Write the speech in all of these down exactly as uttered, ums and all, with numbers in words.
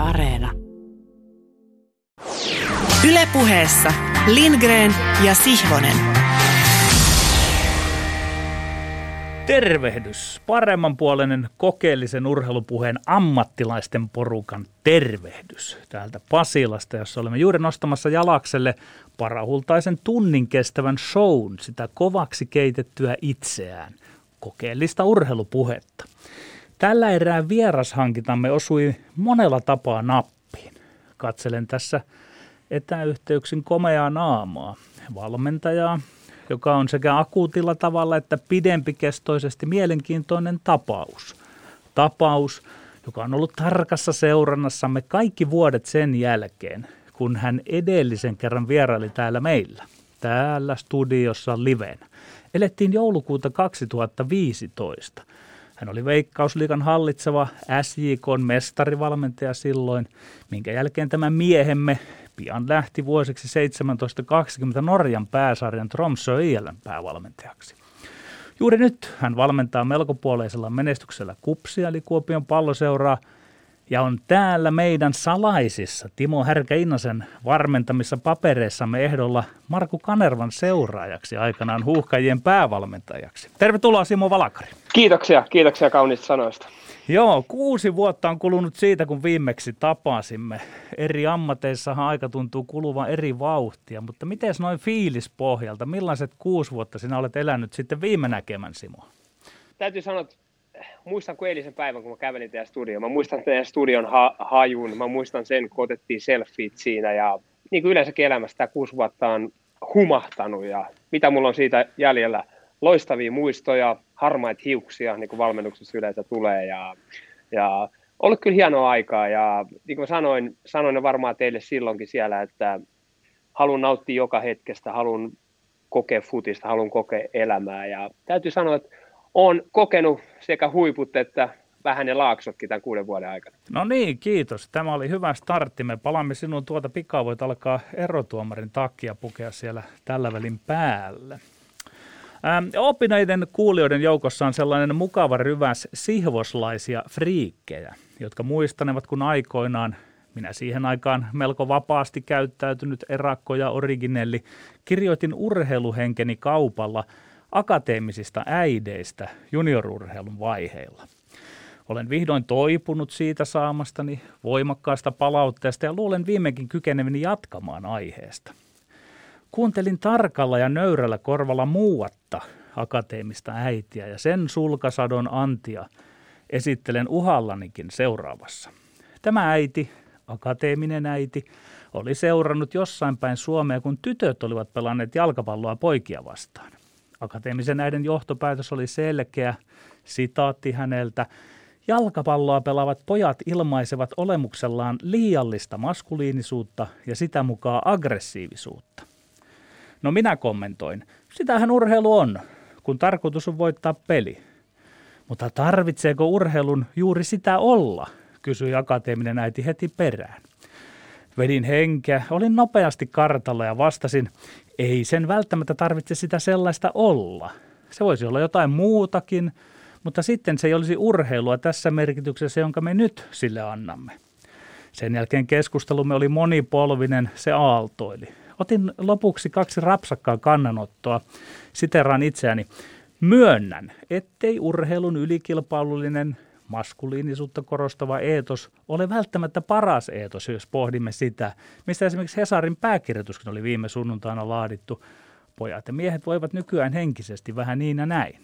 Areena. Yle Puheessa Lindgren ja Sihvonen. Tervehdys. Paremmanpuoleinen kokeellisen urheilupuheen ammattilaisten porukan tervehdys täältä Pasilasta, jossa olemme juuri nostamassa jalakselle parahultaisen tunnin kestävän shown, sitä kovaksi keitettyä itseään, kokeellista urheilupuhetta. Tällä erää vierashankintamme osui monella tapaa nappiin. Katselen tässä etäyhteyksin komeaa naamaa, valmentajaa, joka on sekä akuutilla tavalla että pidempikestoisesti mielenkiintoinen tapaus. Tapaus, joka on ollut tarkassa seurannassamme kaikki vuodet sen jälkeen, kun hän edellisen kerran vieraili täällä meillä, täällä studiossa livenä. Elettiin joulukuuta kaksituhattaviisitoista. Hän oli Veikkausliigan hallitseva S J K:n mestarivalmentaja silloin, minkä jälkeen tämä miehemme pian lähti vuosiksi seitsemäntoista kaksikymmentä Norjan pääsarjan Tromsø I L:n päävalmentajaksi. Juuri nyt hän valmentaa melkopuoleisella menestyksellä KuPSia eli Kuopion Palloseuraa ja on täällä meidän salaisissa Timo Härkä-Innasen varmentamissa papereissamme ehdolla Markku Kanervan seuraajaksi, aikanaan Huuhkajien päävalmentajaksi. Tervetuloa Simo Valakari. Kiitoksia, kiitoksia kauniista sanoista. Joo, kuusi vuotta on kulunut siitä, kun viimeksi tapasimme. Eri ammateissahan aika tuntuu kuluvan eri vauhtia, mutta miten noin fiilispohjalta, millaiset kuusi vuotta sinä olet elänyt sitten viime näkemän, Simo? Täytyy sanoa, että muistan kuin eilisen päivän, kun mä kävelin teidän studioon. Mä muistan teidän studion ha- hajun, mä muistan sen, kun otettiin selfiet siinä ja niin kuin yleensäkin elämässä tämä kuusi vuotta on humahtanut ja mitä mulla on siitä jäljellä? Loistavia muistoja, harmaita hiuksia, niin kuin valmennuksessa yleensä tulee ja, ja ollut kyllä hienoa aikaa ja niin kuin sanoin, sanoin varmaan teille silloinkin siellä, että haluan nauttia joka hetkestä, haluan kokea futista, haluan kokea elämää ja täytyy sanoa, että olen kokenut sekä huiput että vähän ne laaksotkin tämän kuuden vuoden aikana. No niin, kiitos. Tämä oli hyvä startti. Me palaamme sinun tuota pikaa, voit alkaa erotuomarin takia pukea siellä tällä välin päälle. Ähm, oppineiden kuulijoiden joukossa on sellainen mukava ryväs sihvoslaisia friikkejä, jotka muistanevat, kun aikoinaan, minä siihen aikaan melko vapaasti käyttäytynyt erakko ja originelli, kirjoitin urheiluhenkeni kaupalla akateemisista äideistä juniorurheilun vaiheilla. Olen vihdoin toipunut siitä saamastani voimakkaasta palautteesta ja luulen viimeinkin kykeneväni jatkamaan aiheesta. Kuuntelin tarkalla ja nöyrällä korvalla muuatta akateemista äitiä ja sen sulkasadon antia esittelen uhallanikin seuraavassa. Tämä äiti, akateeminen äiti, oli seurannut jossain päin Suomea, kun tytöt olivat pelanneet jalkapalloa poikia vastaan. Akateemisen äidin johtopäätös oli selkeä, sitaatti häneltä: jalkapalloa pelaavat pojat ilmaisevat olemuksellaan liiallista maskuliinisuutta ja sitä mukaan aggressiivisuutta. No minä kommentoin, sitähän urheilu on, kun tarkoitus on voittaa peli. Mutta tarvitseeko urheilun juuri sitä olla, kysyi akateeminen äiti heti perään. Vedin henkeä, olin nopeasti kartalla ja vastasin, ei sen välttämättä tarvitse sitä sellaista olla. Se voisi olla jotain muutakin, mutta sitten se ei olisi urheilua tässä merkityksessä, jonka me nyt sille annamme. Sen jälkeen keskustelumme oli monipolvinen, se aaltoili. Otin lopuksi kaksi rapsakkaa kannanottoa. Siteraan itseäni. Myönnän, ettei urheilun ylikilpailullinen maskuliinisuutta korostava eetos ole välttämättä paras eetos, jos pohdimme sitä, mistä esimerkiksi Hesarin pääkirjoituskin oli viime sunnuntaina laadittu. Pojat ja miehet voivat nykyään henkisesti vähän niin ja näin.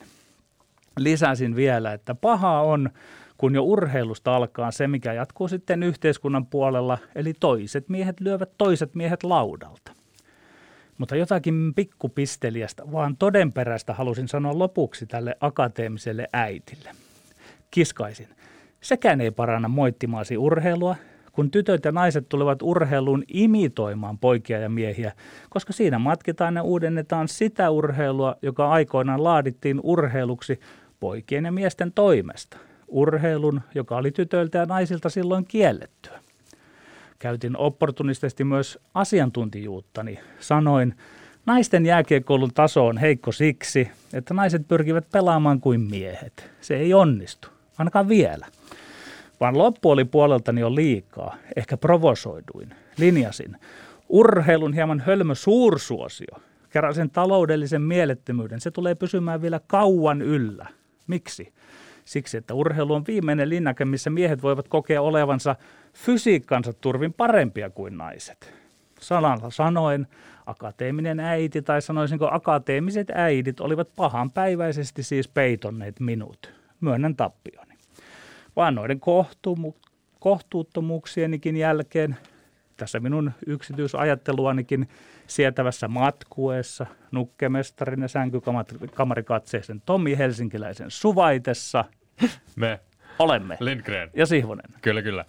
Lisäsin vielä, että pahaa on, kun jo urheilusta alkaa se, mikä jatkuu sitten yhteiskunnan puolella, eli toiset miehet lyövät toiset miehet laudalta. Mutta jotakin pikkupisteliästä, vaan todenperäistä halusin sanoa lopuksi tälle akateemiselle äitille. Kiskaisin. Sekään ei paranna moittimaasi urheilua, kun tytöt ja naiset tulevat urheiluun imitoimaan poikia ja miehiä, koska siinä matkitaan ja uudennetaan sitä urheilua, joka aikoinaan laadittiin urheiluksi poikien ja miesten toimesta. Urheilun, joka oli tytöiltä ja naisilta silloin kiellettyä. Käytin opportunistisesti myös asiantuntijuuttani. Sanoin, naisten jääkiekkoilun taso on heikko siksi, että naiset pyrkivät pelaamaan kuin miehet. Se ei onnistu, ainakaan vielä. vaan loppu oli puoleltani jo liikaa. Ehkä provosoiduin. Linjasin. Urheilun hieman hölmö suursuosio. Kerran sen taloudellisen mielettömyyden. Se tulee pysymään vielä kauan yllä. Miksi? Siksi, että urheilu on viimeinen linnake, missä miehet voivat kokea olevansa fysiikkansa turvin parempia kuin naiset. Sanalla sanoen, akateeminen äiti tai sanoisinko akateemiset äidit olivat pahanpäiväisesti siis peitonneet minut. Myönnän tappioni. Vaan noiden kohtuumu- kohtuuttomuuksienikin jälkeen, tässä minun yksityisajatteluanikin sietävässä matkuessa, nukkemestarin ja sänkykamarikatseisen Tommi Helsinkiläisen suvaitessa, me olemme Lindgren ja Sihvonen. Kyllä, kyllä.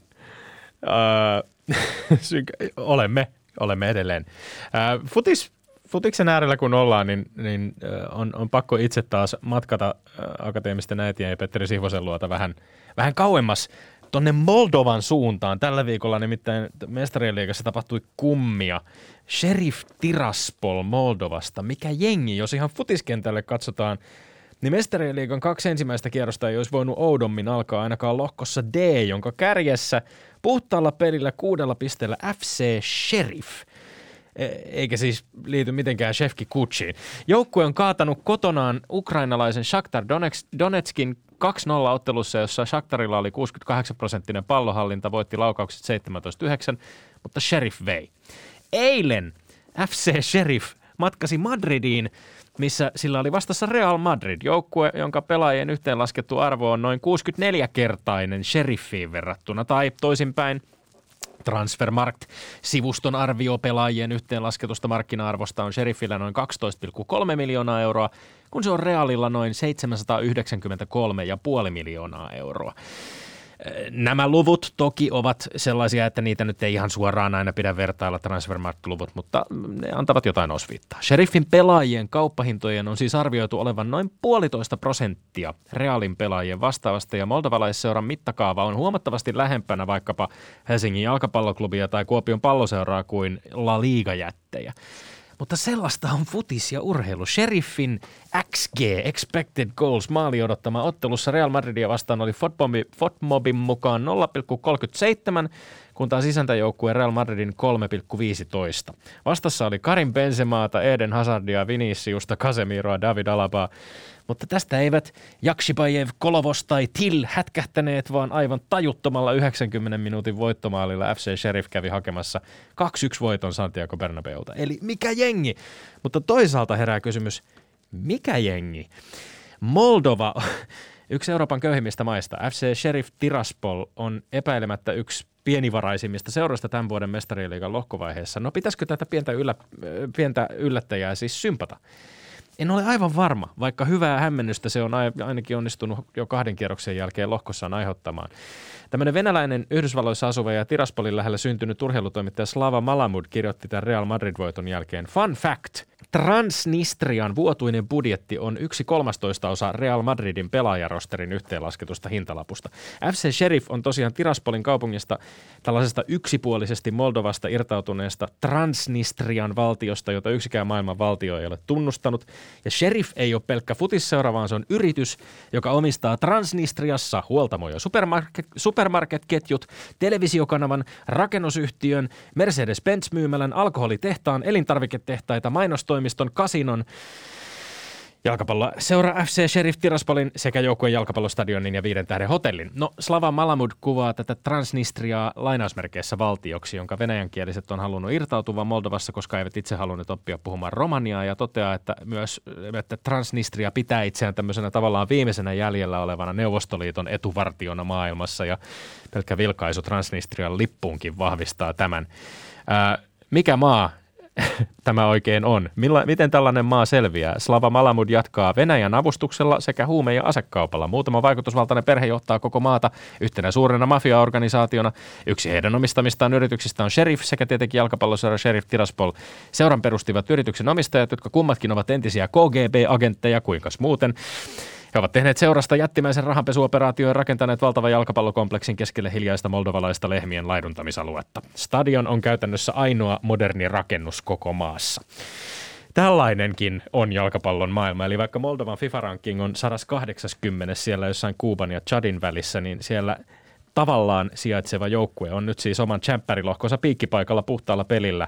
Öö, olemme, olemme edelleen. Öö, futis, futiksen äärellä kun ollaan, niin, niin on, on pakko itse taas matkata akateemisten äitien ja Petteri Sihvosen luota vähän, vähän kauemmas tuonne Moldovan suuntaan. Tällä viikolla nimittäin Mestarien liigassa tapahtui kummia. Sheriff Tiraspol Moldovasta. Mikä jengi, jos ihan futiskentälle katsotaan, niin Mestarien liigan kaksi ensimmäistä kierrosta ei olisi voinut oudommin alkaa ainakaan lohkossa D, jonka kärjessä puhtaalla pelillä kuudella pisteellä F C Sheriff. Eikä siis liity mitenkään Shefki Kutsiin. Joukkue on kaatanut kotonaan ukrainalaisen Shakhtar Donetskin kaksi nolla ottelussa, jossa Shakhtarilla oli kuusikymmentäkahdeksan prosenttinen pallohallinta, voitti laukaukset seitsemäntoista yhdeksän, mutta Sheriff vei. Eilen F C Sheriff matkasi Madridiin, missä sillä oli vastassa Real Madrid, joukkue, jonka pelaajien yhteenlaskettu arvo on noin kuusikymmentäneljä-kertainen Sheriffiin verrattuna, tai toisinpäin Transfermarkt-sivuston arvio pelaajien yhteenlasketusta markkina-arvosta on Sheriffillä noin kaksitoista pilkku kolme miljoonaa euroa, kun se on Realilla noin seitsemänsataayhdeksänkymmentäkolme pilkku viisi miljoonaa euroa. Nämä luvut toki ovat sellaisia, että niitä nyt ei ihan suoraan aina pidä vertailla Transfermarkt-luvut, mutta ne antavat jotain osviittaa. Sheriffin pelaajien kauppahintojen on siis arvioitu olevan noin puolitoista prosenttia Realin pelaajien vastaavasta, ja moldovalaisseuran mittakaava on huomattavasti lähempänä vaikkapa Helsingin jalkapalloklubia tai Kuopion Palloseuraa kuin La Liga-jättejä. Mutta sellaista on futis ja urheilu. Sheriffin X G, Expected Goals, maali odottama ottelussa Real Madridia vastaan oli FotMobin mukaan nolla pilkku kolmekymmentäseitsemän, kun taas isäntäjoukkueen Real Madridin kolme pilkku viisitoista. Vastassa oli Karim Benzemaata, Eden Hazardia, Viniciusta, Casemiroa, David Alabaa. Mutta tästä eivät Jakshibayev, Kolovos tai Till hätkähtäneet, vaan aivan tajuttomalla yhdeksänkymmenen minuutin voittomaalilla F C Sheriff kävi hakemassa kaksi yksi voiton Santiago Bernabeulta. Eli mikä jengi? Mutta toisaalta herää kysymys, mikä jengi? Moldova, yksi Euroopan köyhimmistä maista, F C Sheriff Tiraspol on epäilemättä yksi pienivaraisimmista seuroista tämän vuoden Mestarien liigan lohkovaiheessa. No pitäisikö tätä pientä, yllä, pientä yllättäjää siis sympata? En ole aivan varma, vaikka hyvää hämmennystä se on ainakin onnistunut jo kahden kierroksen jälkeen lohkossaan aiheuttamaan. Tämmöinen venäläinen Yhdysvalloissa asuva ja Tiraspolin lähellä syntynyt urheilutoimittaja Slava Malamud kirjoitti tämän Real Madrid-voiton jälkeen. Fun fact! Transnistrian vuotuinen budjetti on yksi kolmastoista osa Real Madridin pelaajarosterin yhteenlasketusta hintalapusta. F C Sheriff on tosiaan Tiraspolin kaupungista tällaisesta yksipuolisesti Moldovasta irtautuneesta Transnistrian valtiosta, jota yksikään maailman valtio ei ole tunnustanut. Ja Sheriff ei ole pelkkä futisseura, vaan se on yritys, joka omistaa Transnistriassa huoltamoja supermarket, supermarket-ketjut, televisiokanavan, rakennusyhtiön, Mercedes-Benz-myymälän, alkoholitehtaan, elintarviketehtaita, mainostoimiston, kasinon, jalkapallo seura F C Sheriff Tiraspolin sekä joukkueen jalkapallostadionin ja viiden tähden hotellin. No, Slava Malamud kuvaa tätä Transnistriaa lainausmerkeissä valtioksi, jonka venäjänkieliset on halunnut irtautua Moldovassa, koska eivät itse halunneet oppia puhumaan romaniaa, ja toteaa, että myös että Transnistria pitää itseään tämmöisenä tavallaan viimeisenä jäljellä olevana Neuvostoliiton etuvartiona maailmassa, ja pelkkä vilkaisu Transnistrian lippuunkin vahvistaa tämän. Ää, mikä maa tämä oikein on? Milla, miten tällainen maa selviää? Slava Malamud jatkaa Venäjän avustuksella sekä huume- ja asekaupalla. Muutama vaikutusvaltainen perhe johtaa koko maata yhtenä suurena mafiaorganisaationa. Yksi heidän omistamistaan yrityksistä on Sheriff sekä tietenkin jalkapalloseura Sheriff Tiraspol. Seuran perustivat yrityksen omistajat, jotka kummatkin ovat entisiä K G B-agentteja, kuinkas muuten. He ovat tehneet seurasta jättimäisen rahanpesuoperaation ja rakentaneet valtavan jalkapallokompleksin keskelle hiljaista moldovalaista lehmien laiduntamisaluetta. Stadion on käytännössä ainoa moderni rakennus koko maassa. Tällainenkin on jalkapallon maailma, eli vaikka Moldovan FIFA-ranking on sata kahdeksankymmentä siellä jossain Kuuban ja Chadin välissä, niin siellä tavallaan sijaitseva joukkue on nyt siis oman tsemppärilohkonsa piikkipaikalla puhtaalla pelillä.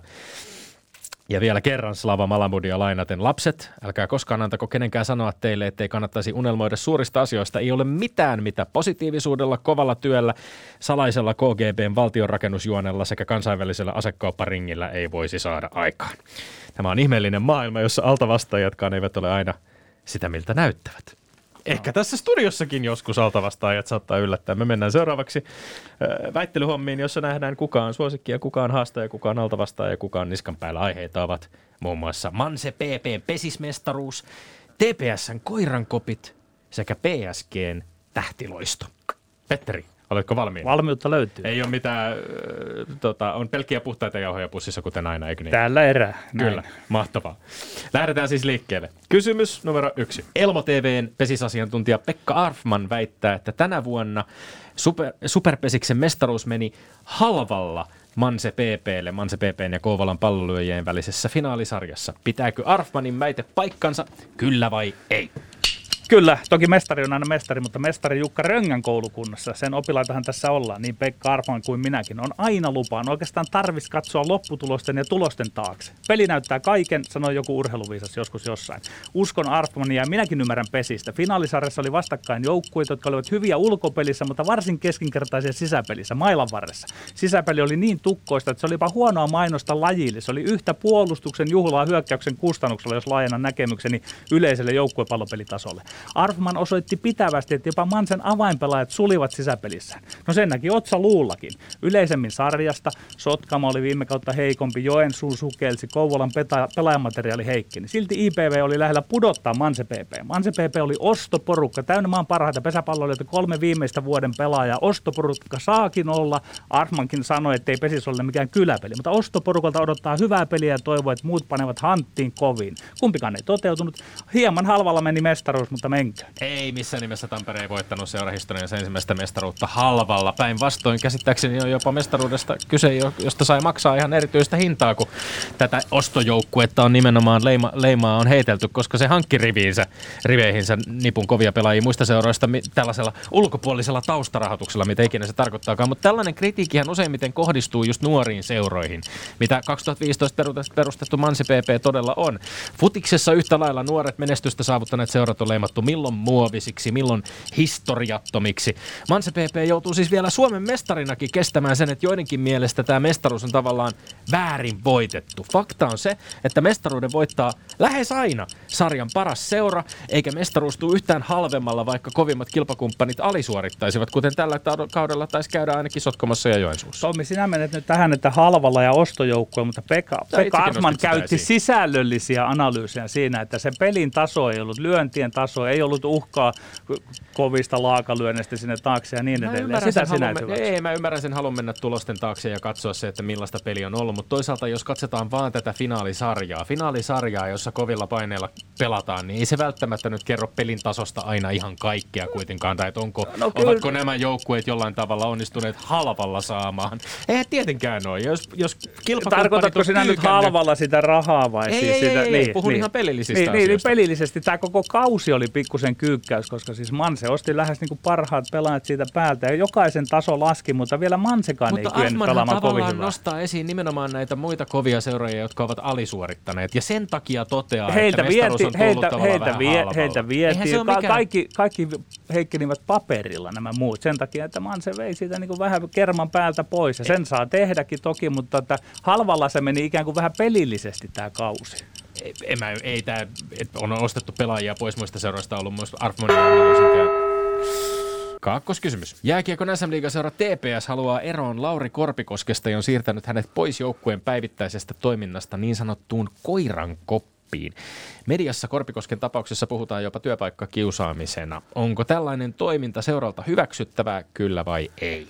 Ja vielä kerran Slava Malamudia lainaten, lapset, älkää koskaan antako kenenkään sanoa teille, ettei kannattaisi unelmoida suurista asioista. Ei ole mitään, mitä positiivisuudella, kovalla työllä, salaisella K G B:n valtionrakennusjuonella sekä kansainvälisellä asekaupparingillä ei voisi saada aikaan. Tämä on ihmeellinen maailma, jossa altavastaajatkaan eivät ole aina sitä, miltä näyttävät. Ehkä no. Tässä studiossakin joskus altavastaajat saattaa yllättää. Me mennään seuraavaksi äh, väittelyhommiin, jossa nähdään kuka on suosikki ja kuka on haastaja, kuka on altavastaaja ja kuka on niskan päällä. Aiheita ovat muun muassa Manse P P:n pesismestaruus, T P S:n koirankopit sekä P S G:n tähtiloisto. Petteri, oletko valmiina? Valmiutta löytyy. Ei ole mitään, äh, tota, on pelkkiä puhtaita jauhoja pussissa, kuten aina, eikö niin? Tällä erää. Näin. Kyllä, mahtavaa. Lähdetään siis liikkeelle. Kysymys numero yksi. Elmo T V:n pesisasiantuntija Pekka Arfman väittää, että tänä vuonna super, Superpesiksen mestaruus meni halvalla Manse P P:lle, Manse P P:n ja Kouvolan pallolyöjien välisessä finaalisarjassa. Pitääkö Arfmanin väite paikkansa, kyllä vai ei? Kyllä, toki mestari on aina mestari, mutta mestari Jukka Röngän koulukunnassa, sen oppilaitahan tässä ollaan, niin Pekka Arfman kuin minäkin, on aina lupaan. Oikeastaan tarvitsisi katsoa lopputulosten ja tulosten taakse. Peli näyttää kaiken, sanoi joku urheiluviisas joskus jossain. Uskon Arfmania ja minäkin ymmärrän pesistä. Finaalisarjassa oli vastakkain joukkueita, jotka olivat hyviä ulkopelissä, mutta varsin keskinkertaisia sisäpelissä, mailan varressa. Sisäpeli oli niin tukkoista, että se oli jopa huonoa mainosta lajille. Se oli yhtä puolustuksen juhlaa hyökkäyksen kustannuksella, jos laajennan näkemykseni yleiselle joukkuepallopelitasolle. Arfman osoitti pitävästi, että jopa Mansen avainpelaajat sulivat sisäpelissään. No sen näki Otsa luullakin. Yleisemmin sarjasta Sotkamo oli viime kautta heikompi, Joensuu sukelsi, Kouvolan peta- pelaajamateriaali heikkeni. Silti I P V oli lähellä pudottaa Manse P P. Manse P P oli ostoporukka, täynnä maan parhaita pesäpalloilijoita, kolme viimeistä vuoden pelaajaa. Ostoporukka saakin olla. Arfmankin sanoi, että ei pesis ole mikään kyläpeli, mutta ostoporukalta odottaa hyvää peliä ja toivoo, että muut panevat hanttiin koviin. Kumpikaan ei toteutunut. Hieman halvalla meni mestaruus, mutta menkö? Ei missään nimessä Tampere ei voittanut seurahistoriansa ensimmäistä mestaruutta halvalla. Päinvastoin käsittääkseni on jopa mestaruudesta kyse, josta sai maksaa ihan erityistä hintaa, kun tätä ostojoukkuetta on nimenomaan leima, leimaa on heitelty, koska se hankki riviinsä, riveihinsä nipun kovia pelaajia muista seuroista tällaisella ulkopuolisella taustarahoituksella, mitä ikinä se tarkoittaakaan. Mutta tällainen kritiikkihän useimmiten kohdistuu just nuoriin seuroihin, mitä kaksituhattaviisitoista perustettu Manse P P todella on. Futiksessa yhtä lailla nuoret menestystä saavuttaneet seurat on leimattu milloin muovisiksi, milloin historiattomiksi. Manse P P joutuu siis vielä Suomen mestarinakin kestämään sen, että joidenkin mielestä tämä mestaruus on tavallaan väärin voitettu. Fakta on se, että mestaruuden voittaa lähes aina sarjan paras seura, eikä mestaruus tule yhtään halvemmalla, vaikka kovimmat kilpakumppanit alisuorittaisivat, kuten tällä kaudella taisi käydä ainakin Sotkamossa ja Joensuussa. Tommi, sinä menet nyt tähän, että halvalla ja ostojoukkue, mutta Pekka, Pekka Arfman käytti sisällöllisiä analyysejä siinä, että se pelin taso ei ollut, lyöntien taso ei ollut uhkaa kovista laakalyönneistä sinne taakse ja niin edelleen. Sitä sinä men- Ei, mä ymmärrän sen halun mennä tulosten taakse ja katsoa se, että millaista peli on ollut, mutta toisaalta jos katsotaan vaan tätä finaalisarjaa, finaalisarjaa, jossa kovilla paineilla pelataan, niin ei se välttämättä nyt kerro pelin tasosta aina ihan kaikkea kuitenkaan, tai että onko, no, ovatko nämä joukkueet jollain tavalla onnistuneet halvalla saamaan. Eihän tietenkään ole. Jos, jos Tarkoitatko sinä nyt halvalla sitä rahaa vai? Ei, siis ei, sitä, ei, niin, ei, puhun niin, ihan pelillisistä niin, asioista. Niin, pelillisesti tämä koko kausi oli pikkusen kyykkäys, koska siis Manse osti lähes niin kuin parhaat pelaajat siitä päältä ja jokaisen taso laski, mutta vielä Mansekaan mutta ei kyennyt pelaamaan kovin hyvää. Mutta nostaa esiin nimenomaan näitä muita kovia seuraajia, jotka ovat alisuorittaneet ja sen takia toteaa, heiltä että mestaruus on tullut heiltä, tavallaan heiltä vähän vie, halvalla. Heiltä vietiin. Ka- mikään... kaikki, kaikki heikkenivät paperilla nämä muut sen takia, että Manse vei siitä niin kuin vähän kerman päältä pois ja sen saa tehdäkin toki, mutta että halvalla se meni ikään kuin vähän pelillisesti tämä kausi. Ei, ei, ei tämä, on ostettu pelaajia pois muista seuroista, ollut myös Arfmanin analyysit. Kaakkos-kysymys. Jääkiekon S M-liigan seura T P S haluaa eroon Lauri Korpikoskesta ja on siirtänyt hänet pois joukkueen päivittäisestä toiminnasta niin sanottuun koirankoppiin. Mediassa Korpikosken tapauksessa puhutaan jopa työpaikkakiusaamisena. Onko tällainen toiminta seuralta hyväksyttävää, kyllä vai ei?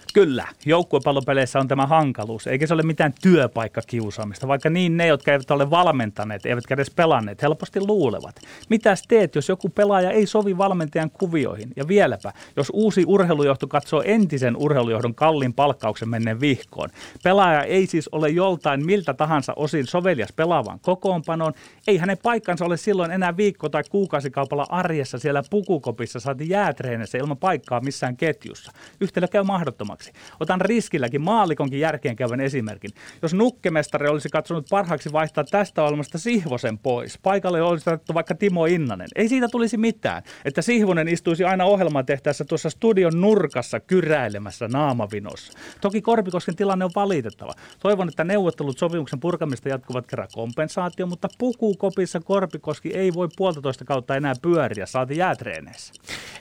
Kyllä, joukkuepallopeleissä on tämä hankaluus, eikä se ole mitään työpaikkakiusaamista, vaikka niin ne, jotka eivät ole valmentaneet, eivätkä edes pelanneet, helposti luulevat. Mitäs teet, jos joku pelaaja ei sovi valmentajan kuvioihin? Ja vieläpä, jos uusi urheilujohto katsoo entisen urheilujohdon kalliin palkkauksen menneen vihkoon. Pelaaja ei siis ole joltain miltä tahansa osin sovelias pelaavaan kokoonpanoon, ei hänen paikkansa ole silloin enää viikko- tai kuukausikaupalla arjessa siellä pukukopissa saati jäätreenissä ilman paikkaa missään ketjussa. Yhtälö käy mahdottomaksi. Otan riskilläkin maallikonkin järkeen käyvän esimerkin. Jos nukkemestari olisi katsonut parhaaksi vaihtaa tästä ohjelmasta Sihvosen pois, paikalle olisi otettu vaikka Timo Innanen. Ei siitä tulisi mitään, että Sihvonen istuisi aina ohjelmaa tehtäessä tuossa studion nurkassa kyräilemässä naamavinossa. Toki Korpikosken tilanne on valitettava. Toivon, että neuvottelut sopimuksen purkamista jatkuvat kerran kompensaatio, mutta pukukopissa Korpikoski ei voi puolitoista kautta enää pyöriä, saati jäätreeneissä.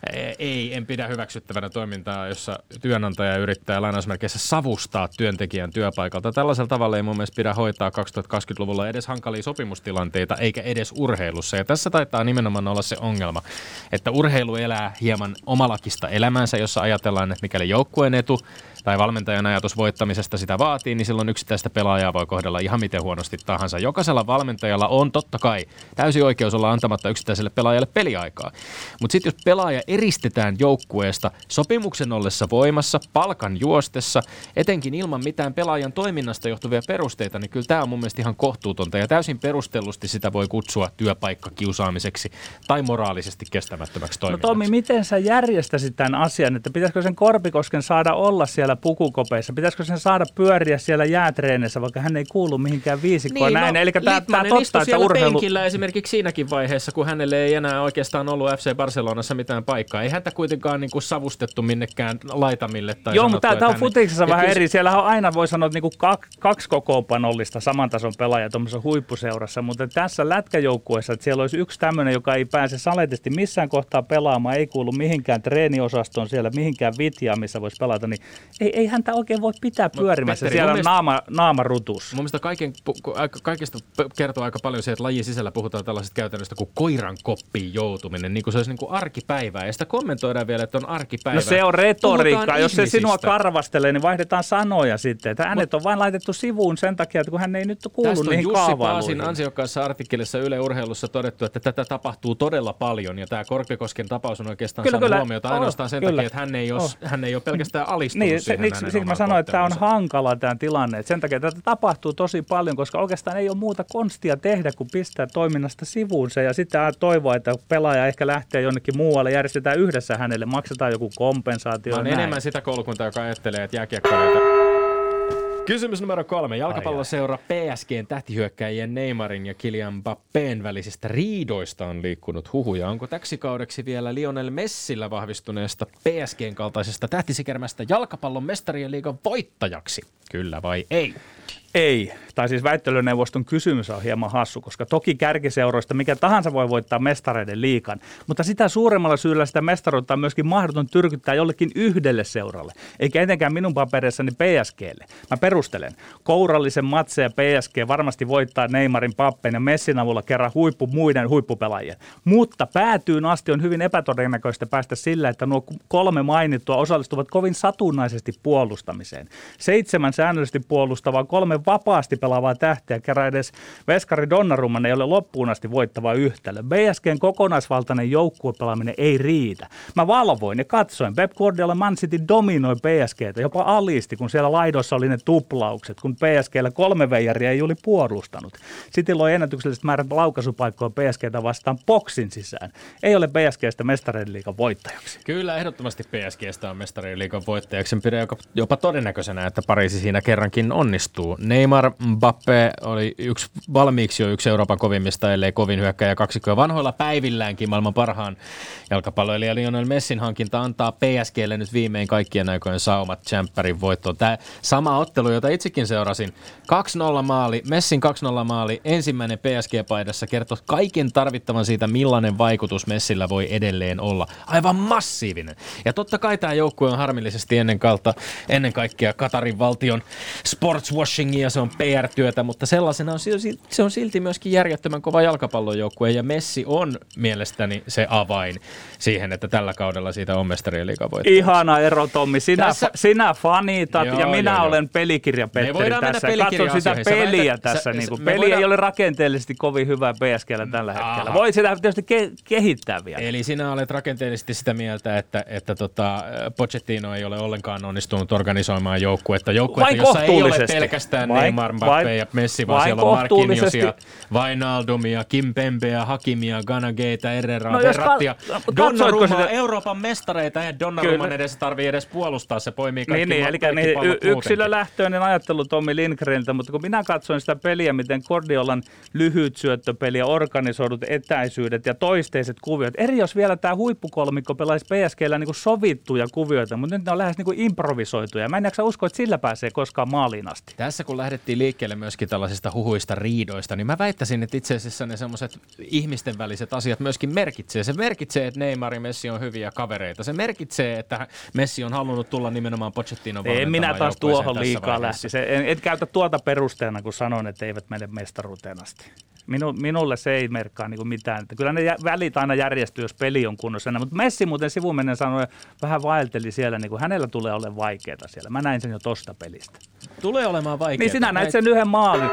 Ei, en pidä hyväksyttävänä toimintaa, jossa työnantaja yrittää lainausmerkeissä savustaa työntekijän työpaikalta. Tällaisella tavalla ei mun mielestä pidä hoitaa kaksituhattakaksikymmentäluvulla edes hankalia sopimustilanteita, eikä edes urheilussa. Ja tässä taitaa nimenomaan olla se ongelma, että urheilu elää hieman omalakista elämänsä, jossa ajatellaan, että mikäli joukkueen etu tai valmentajan ajatus voittamisesta sitä vaatii, niin silloin yksittäistä pelaajaa voi kohdella ihan miten huonosti tahansa. Jokaisella valmentajalla on totta kai täysi oikeus olla antamatta yksittäiselle pelaajalle peliaikaa. Mutta sitten jos pelaaja eristetään joukkueesta sopimuksen ollessa voimassa, palkan juostessa, etenkin ilman mitään pelaajan toiminnasta johtuvia perusteita, niin kyllä tämä on mun mielestä ihan kohtuutonta ja täysin perustellusti sitä voi kutsua työpaikkakiusaamiseksi tai moraalisesti kestämättömäksi toiminnaksi. No Tomi, miten sä järjestäisit tämän asian, että pitäisikö sen Korpikosken saada olla siellä pukukopeissa? Pitäisikö sen saada pyöriä siellä jäätreenissä, vaikka hän ei kuulu mihinkään viisikkoon niin, näin? No, Eli tämä totta, että urheilu... penkillä esimerkiksi siinäkin vaiheessa, kun hänelle ei enää oikeastaan ollut F C Barcelonassa mitään paikkaa. Ei häntä kuitenkaan niin kuin savustettu minnekään laitamille. Tai Joo, mutta tämä on hän... futiksessa vähän kyllä... eri. Siellä on aina, voi sanoa, niin kuin kaksi kokoonpanollista saman tason pelaajaa tuollaisessa huippuseurassa, mutta tässä lätkäjoukkueessa, että siellä olisi yksi tämmöinen, joka ei pääse saletisti missään kohtaa pelaamaan, ei kuulu mihinkään treeniosastoon siellä, mihinkään vitjaan, missä voisi pelata, niin ei, ei häntä oikein voi pitää pyörimässä. Petteri, siellä on mielestä, naama, naama rutus. Mun mielestä kaiken, kaikesta kertoo aika paljon se, että lajin sisällä puhutaan tällaisesta käytännöstä kuin koiran koppiin joutuminen, niin kuin se olisi niin kuin arkipäivää. Ja sitä kommentoidaan vielä, että on arkipäivää. No se on retoriikka. Jos se sinua ihmisistä. Karvastelee, niin vaihdetaan sanoja sitten. Että hänet on vain laitettu sivuun sen takia, että kun hän ei nyt kuulu niihin kaavailuihin. Tästä on Jussi Paasin ansiokkaassa artikkelissa Yle Urheilussa todettu, että tätä tapahtuu todella paljon. Ja tämä Korpikosken tapaus on oikeastaan kyllä, saanut kyllä. huomiota ainoastaan oh, sen kyllä. takia, että hän ei ole, oh. hän ei ole pelkästään alistunut niin, siihen. Siksi mä sanoin, että tämä on hankala tämä tilanne. Et sen takia tätä tapahtuu tosi paljon, koska oikeastaan ei ole muuta konstia tehdä kuin pistää toiminnasta sivuun se. Ja sitten toivoa, että pelaaja ehkä lähtee jonnekin muualle, järjestetään yhdessä hänelle, maksetaan joku kompensaatio. Mä on enemmän sitä koulukuntaa, joka ajattelee, että jääkiekkoilijoita. Kysymys numero kolme. Jalkapalloseura P S G:n tähtihyökkäjien Neymarin ja Kylian Mbappén välisistä riidoista on liikkunut huhuja. Onko täksi kaudeksi vielä Lionel Messillä vahvistuneesta P S G:n kaltaisesta tähtisikermästä jalkapallon mestarien liigan voittajaksi? Kyllä vai ei? Ei. Tai siis väittelyneuvoston kysymys on hieman hassu, koska toki kärkiseuroista mikä tahansa voi voittaa mestareiden liigan, mutta sitä suuremmalla syyllä sitä mestaruutta on myöskin mahdoton tyrkyttää jollekin yhdelle seuralle, eikä etenkään minun papereissani P S G:lle. Mä perustelen. Kourallisen matseja P S G varmasti voittaa Neymarin, Mbappén ja Messin avulla kerran huippu muiden huippupelaajien. Mutta päätyyn asti on hyvin epätodennäköistä päästä sillä, että nuo kolme mainittua osallistuvat kovin satunnaisesti puolustamiseen. Seitsemän säännöllisesti puolustavaa, kolme vapaasti pelaavaa tähteä, kerran edes veskari Donnarumman ei ole loppuun asti voittava yhtälö. B S G:n kokonaisvaltainen joukkuepelaaminen ei riitä. Mä valvoin ja katsoin. Pep Guardiola Man City dominoi P S G:tä, jopa alisti, kun siellä laidossa oli ne tuplaukset, kun P S G:llä kolme veijaria ei oli puolustanut. City loi ennätykselliset määrät laukaisupaikkoja P S G:tä vastaan boksin sisään. Ei ole P S G:stä mestareiden liigan voittajaksi. Kyllä, ehdottomasti P S G:stä on mestareiden liigan voittajaksi. Sen pidän jopa todennäköisenä, että Pariisi siinä kerrankin onnistuu. Neymar, Mbappé oli yksi, valmiiksi jo yksi Euroopan kovimmista, ellei kovin hyökkäjä kaksikkoja vanhoilla päivilläänkin maailman parhaan jalkapalloilija Lionel Messin hankinta antaa P S G:lle nyt viimein kaikkien aikojen saumat tsemppärin voittoon. Tämä sama ottelu, jota itsekin seurasin, kaksi nolla maali, Messin kaksi nolla maali, ensimmäinen P S G-paidassa kertoo kaiken tarvittavan siitä, millainen vaikutus Messillä voi edelleen olla. Aivan massiivinen. Ja totta kai tämä joukkue on harmillisesti ennen, kalta, ennen kaikkea Katarin valtion sportswashingin marketing ja se on P R-työtä, mutta sellaisena on, se on silti myöskin järjettömän kova jalkapallojoukkue ja Messi on mielestäni se avain siihen, että tällä kaudella siitä on mestarien liiga voittaa. Ihana ero, Tommi. Sinä, Tässä... sinä fanitat joo, ja minä joo, olen pelikirjapetteri tässä. Katso sitä peliä sä, tässä. Sä, niin kuin. Peli voidaan... ei ole rakenteellisesti kovin hyvä P S G:llä tällä Aha. hetkellä. Voi sitä tietysti ke- kehittää vielä. Eli sinä olet rakenteellisesti sitä mieltä, että, että tota, Pochettino ei ole ollenkaan onnistunut organisoimaan joukkuetta. Joukkuetta, jossa ei ole pelkästään vain, Neymar, Mbappé ja Messi, vaan siellä on Marquinhosia, Wijnaldumia, Kimpembeä, Hakimia, Ganageita, Herreraa, no, Verrattia, ka- Donnarummaa, Euroopan mestareita ja Donnaruman edes tarvii edes puolustaa, se poimii kaikki, niin, niin, kaikki eli pallot y- yksilölähtöinen ajattelu Tommi Lindgreniltä, mutta kun minä katsoin sitä peliä, miten Guardiolan lyhyt syöttöpeli ja organisoidut etäisyydet ja toisteiset kuviot, eri jos vielä tämä huippukolmikko pelaisi P S G:llä niin kuin sovittuja kuvioita, mutta nyt ne on lähes niin kuin improvisoituja. Mä en jaksa uskoa, että sillä pääsee koskaan maaliin asti. Tässä kun lähdettiin liikkeelle myöskin tällaisista huhuista riidoista, niin mä väittäisin, että itse asiassa ne semmoiset ihmisten väliset asiat myöskin merkitsee. Se merkitsee, että Neymar ja Messi on hyviä kavereita. Se merkitsee, että Messi on halunnut tulla nimenomaan Pochettinon valmentamaan. En minä taas tuohon liikaa lähti. Se, en, et käytä tuota perusteena, kun sanon, että eivät mene mestaruuteen asti. Minu, minulle se ei merkkaa niin kuin mitään. Että kyllä ne välit aina järjestyy, jos peli on kunnossa. Mutta Messi muuten sivumennen sanoi, vähän vaelteli siellä, niin kuin hänellä tulee olemaan vaikeaa siellä. Mä näin sen jo tosta pelistä. Tulee olemaan vaikeaa. Niin sinä näit sen yhden maalin.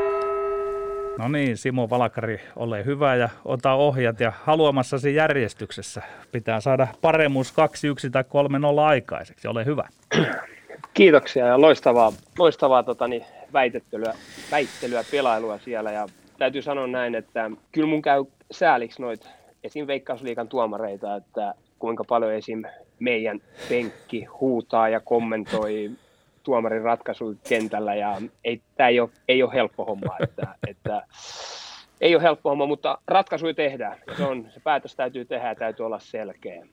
No niin, Simo Valkari, ole hyvä ja ota ohjat ja haluamassasi järjestyksessä pitää saada paremmuus kaksi yksi tai kolme nolla aikaiseksi. Ole hyvä. Kiitoksia ja loistavaa, loistavaa tota, niin, väittelyä, väittelyä, pelailua siellä. Ja täytyy sanoa näin, että kyllä mun käy sääliksi noita esim. Veikkausliigan tuomareita, että kuinka paljon esim. Meidän penkki huutaa ja kommentoi tuomarin ratkaisuja kentällä ja ei, tämä ei ole, ei ole helppo homma, että, että ei ole helppo homma, mutta ratkaisuja tehdään ja se, on, se päätös täytyy tehdä ja täytyy olla selkeä.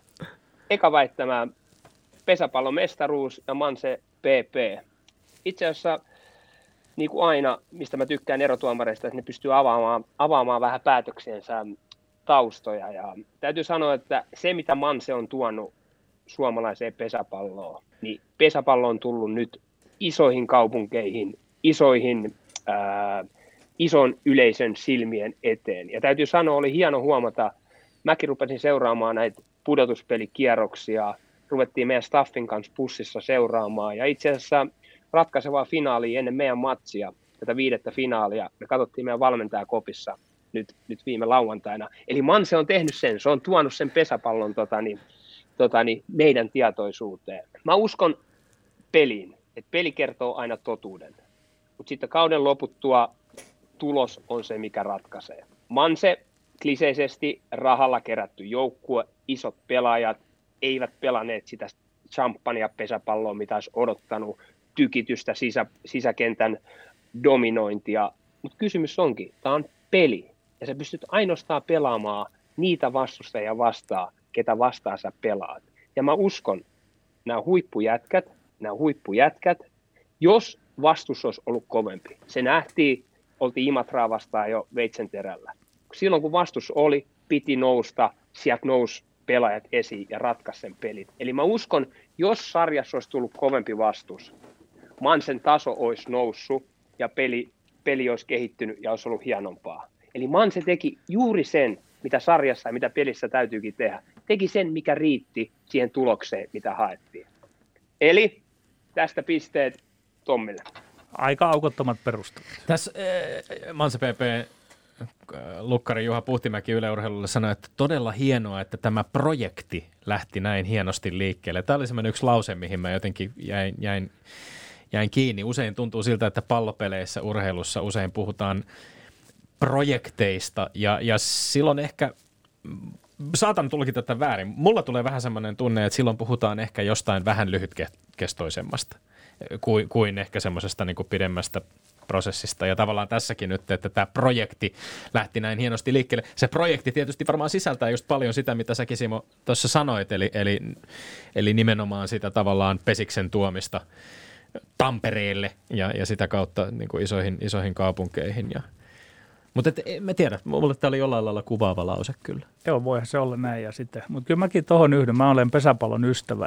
Eka väittämä pesäpallon mestaruus ja Manse P P. Itse asiassa niin kuin aina, mistä mä tykkään erotuomareista, että ne pystyy avaamaan, avaamaan vähän päätöksiensä taustoja ja täytyy sanoa, että se mitä Manse on tuonut suomalaiseen pesäpalloon, niin pesäpallo on tullut nyt isoihin kaupunkeihin, isoihin, ää, ison yleisön silmien eteen. Ja täytyy sanoa, oli hieno huomata, mäkin rupesin seuraamaan näitä pudotuspelikierroksia, ruvettiin meidän staffin kanssa bussissa seuraamaan, ja itse asiassa ratkaisevaa finaalia ennen meidän matsia, tätä viidettä finaalia, me katsottiin meidän valmentajakopissa nyt, nyt viime lauantaina. Eli Manse on tehnyt sen, se on tuonut sen pesäpallon tota, niin, tota, niin, meidän tietoisuuteen. Mä uskon peliin, että peli kertoo aina totuuden, mutta sitten kauden loputtua tulos on se, mikä ratkaisee. Manse, kliseisesti rahalla kerätty joukkue, isot pelaajat, eivät pelanneet sitä champagnea pesäpalloa, mitä olisi odottanut, tykitystä sisä, sisäkentän dominointia. Mutta kysymys onkin, tämä on peli, ja sä pystyt ainoastaan pelaamaan niitä vastustajia vastaan, ketä vastaan sä pelaat. Ja mä uskon, nämä huippujätkät, nämä huippujätkät, jos vastus olisi ollut kovempi, se nähtiin, oltiin Imatraa vastaan jo veitsenterällä. Silloin kun vastus oli, piti nousta, sieltä nousi pelaajat esiin ja ratkaisi sen pelit. Eli mä uskon, jos sarjassa olisi tullut kovempi vastus, Mansen taso olisi noussut ja peli, peli olisi kehittynyt ja olisi ollut hienompaa. Eli Manse teki juuri sen, mitä sarjassa ja mitä pelissä täytyykin tehdä. Teki sen, mikä riitti siihen tulokseen, mitä haettiin. Eli tästä pisteet Tommille. Aika aukottomat perustelut. Tässä äh, Manse P P lukkari Juha Puhtimäki Yle Urheilulle sanoi, että todella hienoa, että tämä projekti lähti näin hienosti liikkeelle. Tämä oli semmoinen yksi lause, mihin mä jotenkin jäin, jäin, jäin kiinni. Usein tuntuu siltä, että pallopeleissä, urheilussa usein puhutaan projekteista ja, ja silloin ehkä, saatan tulkita tätä väärin, mulla tulee vähän semmoinen tunne, että silloin puhutaan ehkä jostain vähän lyhytkestoisemmasta kuin, kuin ehkä semmoisesta niin kuin pidemmästä prosessista. Ja tavallaan tässäkin nyt, että tämä projekti lähti näin hienosti liikkeelle. Se projekti tietysti varmaan sisältää just paljon sitä, mitä säkin Simo tuossa sanoit, eli, eli, eli nimenomaan sitä tavallaan Pesiksen tuomista Tampereelle ja, ja sitä kautta niin kuin isoihin, isoihin kaupunkeihin. Ja, mutta en mä tiedä, mulle tämä oli jollain lailla kuvaava lause kyllä. Joo, voihan se olla näin. Ja sitten, mutta kyllä mäkin tuohon yhdyn. Mä olen pesäpallon ystävä ja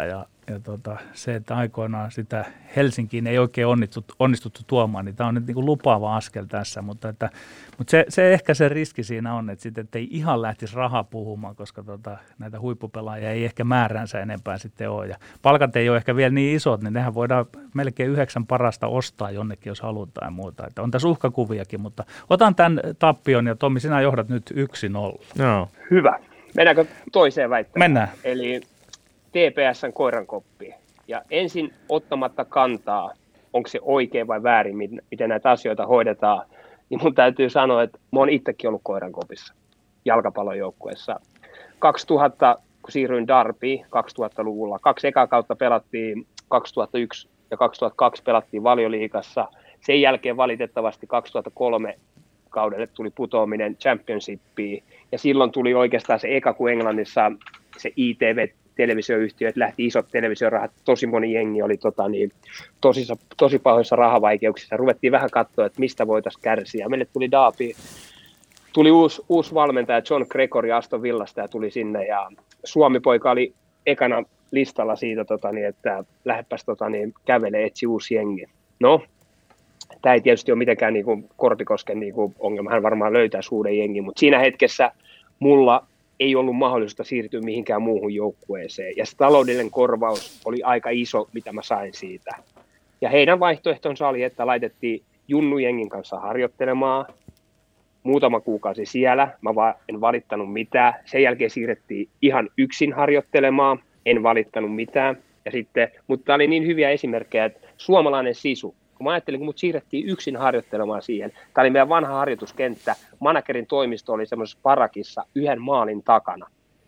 ja tota, se, että aikoinaan sitä Helsinkiin ei oikein onnistuttu, onnistuttu tuomaan, niin tämä on nyt niin kuin lupaava askel tässä, mutta, että, mutta se, se ehkä se riski siinä on, että sitten ei ihan lähtisi rahaa puhumaan, koska tota, näitä huippupelaajia ei ehkä määränsä enempää sitten ole, ja palkat ei ole ehkä vielä niin isot, niin nehän voidaan melkein yhdeksän parasta ostaa jonnekin, jos halutaan ja muuta, että on tässä uhkakuviakin, mutta otan tämän tappion, ja Tommi, sinä johdat nyt yksi nolla. No. Hyvä. Mennäänkö toiseen väittämään? Mennään. Eli T P S:n koirankoppi. Ja ensin ottamatta kantaa, onko se oikein vai väärin, miten näitä asioita hoidetaan, niin mun täytyy sanoa, että mä oon itsekin ollut koirankopissa jalkapallojoukkueessa. kaksituhatta, kun siirryin Darbyin kaksituhattaluvulla, kaksi ekaa kautta pelattiin, kaksituhattayksi ja kaksituhattakaksi pelattiin Valioliigassa. Sen jälkeen valitettavasti kaksituhattakolme kaudelle tuli putoaminen Championshipiin, ja silloin tuli oikeastaan se eka, kun Englannissa se I T V-televisioyhtiö, että lähti isot televisiorahat, tosi moni jengi oli tota, niin, tosi, tosi pahoissa rahavaikeuksissa. Ruvettiin vähän katsoa, että mistä voitaisiin kärsiä. Meille tuli Derby, tuli uusi, uusi valmentaja John Gregory Aston Villasta ja tuli sinne, ja Suomi-poika oli ekana listalla siitä, tota, niin, että lähdepäs tota, niin, kävelee, etsi uusi jengi. No, tämä ei tietysti ole mitenkään niin kuin Korpikosken niin kuin ongelma, hän varmaan löytää uuden jengin, mutta siinä hetkessä mulla ei ollut mahdollista siirtyä mihinkään muuhun joukkueeseen, ja se taloudellinen korvaus oli aika iso, mitä mä sain siitä. Ja heidän vaihtoehtonsa oli, että laitettiin junnujengin kanssa harjoittelemaan muutama kuukausi siellä, mä vaan en valittanut mitään. Sen jälkeen siirrettiin ihan yksin harjoittelemaan, en valittanut mitään. Ja sitten, mutta tämä oli niin hyviä esimerkkejä, että suomalainen sisu, kun mä ajattelin, kun mut siirrettiin yksin harjoittelemaan siihen, tämä oli meidän vanha harjoituskenttä, managerin toimisto oli semmoisessa parakissa yhden maalin takana.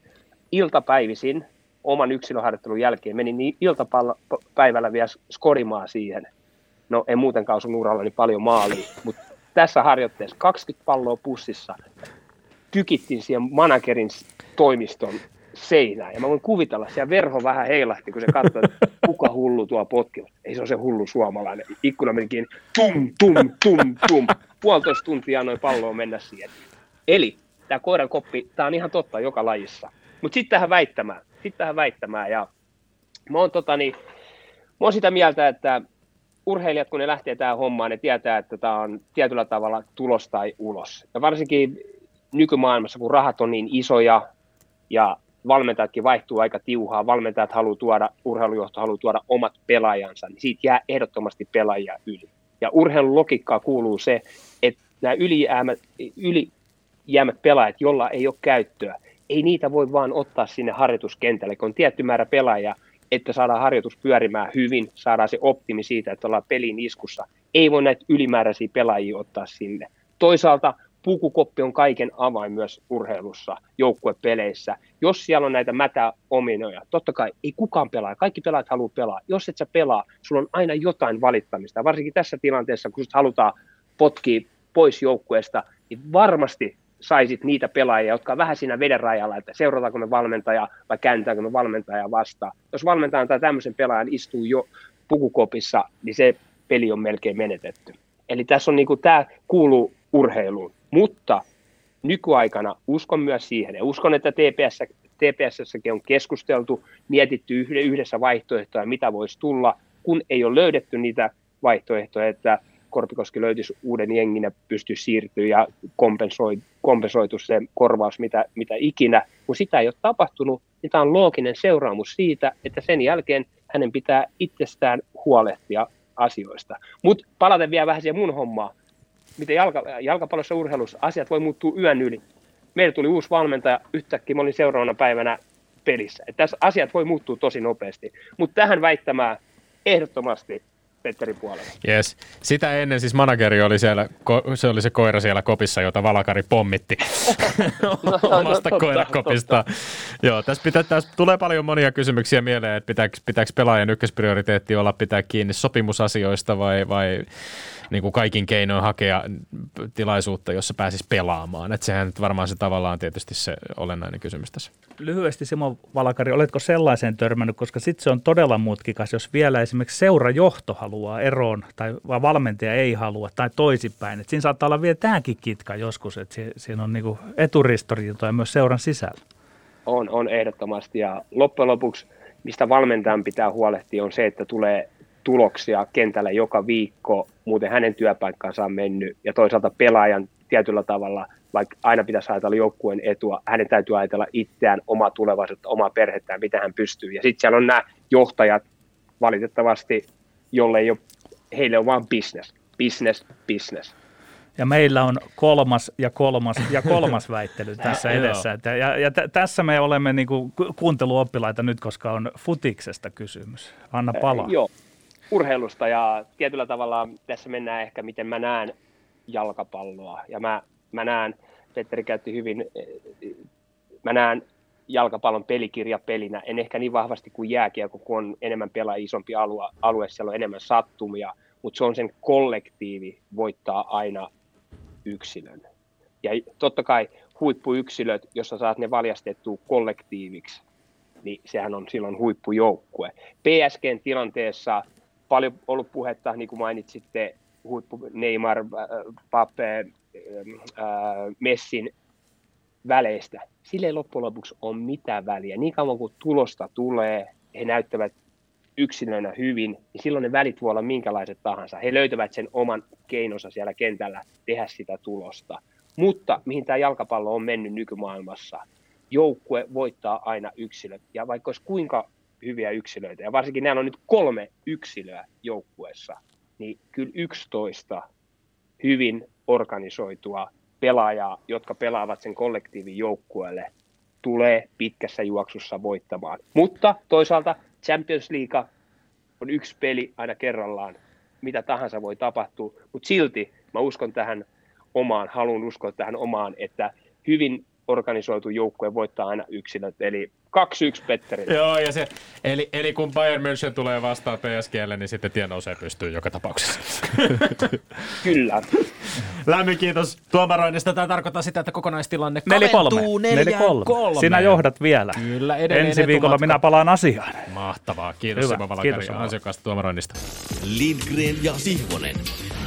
Iltapäivisin, oman yksilöharjoittelun jälkeen, menin niin iltapäivällä vielä skorimaan siihen. No en muutenkaan osunut urallani paljon maalia, mutta tässä harjoitteessa kaksikymmentä palloa pussissa tykittiin siihen managerin toimiston seinään. Ja mä voin kuvitella, siellä verho vähän heilahti, kun se katsoi, että kuka hullu tuo potki. Ei se ole se hullu suomalainen. Ikkuna menikin tum, tum, tum, tum. Puolitoista tuntia noin palloa mennä siihen. Eli tämä koiran koppi, tämä on ihan totta joka lajissa. Mutta sitten tähän väittämään. Sitten tähän väittämään. Ja mä oon, tota, niin, mä oon sitä mieltä, että urheilijat, kun ne lähtee tähän hommaan, ne tietää, että tämä on tietyllä tavalla tulos tai ulos. Ja varsinkin nykymaailmassa, kun rahat on niin isoja ja valmentajatkin vaihtuu aika tiuhaa, valmentajat haluaa tuoda, urheilujohto haluaa tuoda omat pelaajansa, niin siitä jää ehdottomasti pelaajia yli. Ja urheilun logiikkaa kuuluu se, että nämä ylijäämät, ylijäämät pelaajat, jolla ei ole käyttöä, ei niitä voi vaan ottaa sinne harjoituskentälle, kun on tietty määrä pelaajia, että saadaan harjoitus pyörimään hyvin, saadaan se optimi siitä, että ollaan pelin iskussa. Ei voi näitä ylimääräisiä pelaajia ottaa sinne. Toisaalta pukukoppi on kaiken avain myös urheilussa, joukkuepeleissä. Jos siellä on näitä mätäominoja, totta kai ei kukaan pelaa, kaikki pelaajat haluaa pelaa. Jos et sä pelaa, sulla on aina jotain valittamista. Varsinkin tässä tilanteessa, kun halutaan potkia pois joukkueesta, niin varmasti saisit niitä pelaajia, jotka on vähän siinä veden rajalla, että seurataanko me valmentajaa vai kääntääkö me valmentajaa vastaan. Jos valmentaja antaa tämmöisen pelaajan istuu jo pukukopissa, niin se peli on melkein menetetty. Eli tässä on niin kuin, tämä kuuluu urheiluun, mutta nykyaikana uskon myös siihen, ja uskon, että T P S, T P S:ssäkin on keskusteltu, mietitty yhdessä vaihtoehtoja, mitä voisi tulla, kun ei ole löydetty niitä vaihtoehtoja, että Korpikoski löytyisi uuden jengin ja pystyisi siirtyä ja kompensoi, kompensoitu se korvaus, mitä, mitä ikinä. Kun sitä ei ole tapahtunut, niin tämä on looginen seuraamus siitä, että sen jälkeen hänen pitää itsestään huolehtia asioista. Mutta palaten vielä vähän siihen mun hommaan. Miten jalka, jalkapallossa urheilussa asiat voi muuttua yön yli. Meillä tuli uusi valmentaja, yhtäkkiä mä olin seuraavana päivänä pelissä. Et tässä asiat voi muuttua tosi nopeasti. Mutta tähän väittämään ehdottomasti Petterin puolella. Yes. Sitä ennen siis manageri oli siellä, se oli se koira siellä kopissa, jota Valakari pommitti omasta no, koirakopista. Joo, tässä, pitää, tässä tulee paljon monia kysymyksiä mieleen, että pitääkö, pitääkö pelaajan ykkösprioriteetti olla pitää kiinni sopimusasioista vai, vai niin kuin kaikin keinoin hakea tilaisuutta, jossa pääsisi pelaamaan. Että sehän nyt varmaan se tavallaan tietysti se olennainen kysymys tässä. Lyhyesti Simo Valakari, oletko sellaiseen törmännyt, koska sitten se on todella mutkikas, jos vielä esimerkiksi seurajohto haluaa eroon tai valmentaja ei halua tai toisinpäin. Et siinä saattaa olla vielä tämäkin kitka joskus, että siinä on niinku eturistoriitoja myös seuran sisällä. On, on ehdottomasti ja loppujen lopuksi mistä valmentajan pitää huolehtia, on se, että tulee tuloksia kentällä joka viikko, muuten hänen työpaikkansa on mennyt, ja toisaalta pelaajan tietyllä tavalla, vaikka aina pitäisi ajatella joukkueen etua, hänen täytyy ajatella itseään, omaa tulevaisuutta, omaa perhettään, mitä hän pystyy. Ja sitten siellä on nämä johtajat, valitettavasti, jolle ei ole, heille on vaan business, business, business. Ja meillä on kolmas ja kolmas ja kolmas väittely tässä edessä. Että, ja ja t- tässä me olemme niinku kuunteluoppilaita nyt, koska on futiksesta kysymys. Anna palaa. Äh, joo, urheilusta ja tietyllä tavalla tässä mennään ehkä, miten mä näen jalkapalloa. Ja mä, mä näen, Petteri käytti hyvin, mä näen jalkapallon pelikirja pelinä. En ehkä niin vahvasti kuin jääkiekko, kun on enemmän pelaa isompi alue, alue, siellä on enemmän sattumia. Mutta se on sen kollektiivi voittaa aina yksilön. Ja totta kai huippuyksilöt, jos sä saat ne valjastettua kollektiiviksi, niin sehän on silloin huippujoukkue. P S G:n tilanteessa paljon ollut puhetta, niin kuin mainitsitte, huippu Neymar, Mbappé, Messin väleistä. Sillä ei loppujen lopuksi ole mitään väliä. Niin kauan kuin tulosta tulee, he näyttävät yksilönä hyvin, niin silloin ne välit voi olla minkälaiset tahansa. He löytävät sen oman keinonsa siellä kentällä tehdä sitä tulosta. Mutta mihin tämä jalkapallo on mennyt nykymaailmassa, joukkue voittaa aina yksilöt. Ja vaikka olisi kuinka hyviä yksilöitä, ja varsinkin näillä on nyt kolme yksilöä joukkueessa, niin kyllä yksitoista hyvin organisoitua pelaajaa, jotka pelaavat sen kollektiivin joukkueelle, tulee pitkässä juoksussa voittamaan. Mutta toisaalta Champions League on yksi peli aina kerrallaan, mitä tahansa voi tapahtua, mutta silti mä uskon tähän omaan, haluan uskoa tähän omaan, että hyvin organisoitu joukkue voittaa aina yksilöt, eli kaksi yksi Petteri. Joo, ja se, eli, eli kun Bayern München tulee vastaan P S G:lle, niin sitten tie nousee pystyyn joka tapauksessa. Kyllä. Lämmin kiitos tuomaroinnista. Tämä tarkoittaa sitä, että kokonaistilanne neljä kolme. kaventuu neljään kolme. Sinä johdat vielä. Kyllä, edelleen ensi viikolla minä palaan asiaan. Mahtavaa. Kiitos Simo Valakari ansiokkaasta tuomaroinnista. Lindgren ja Sihvonen.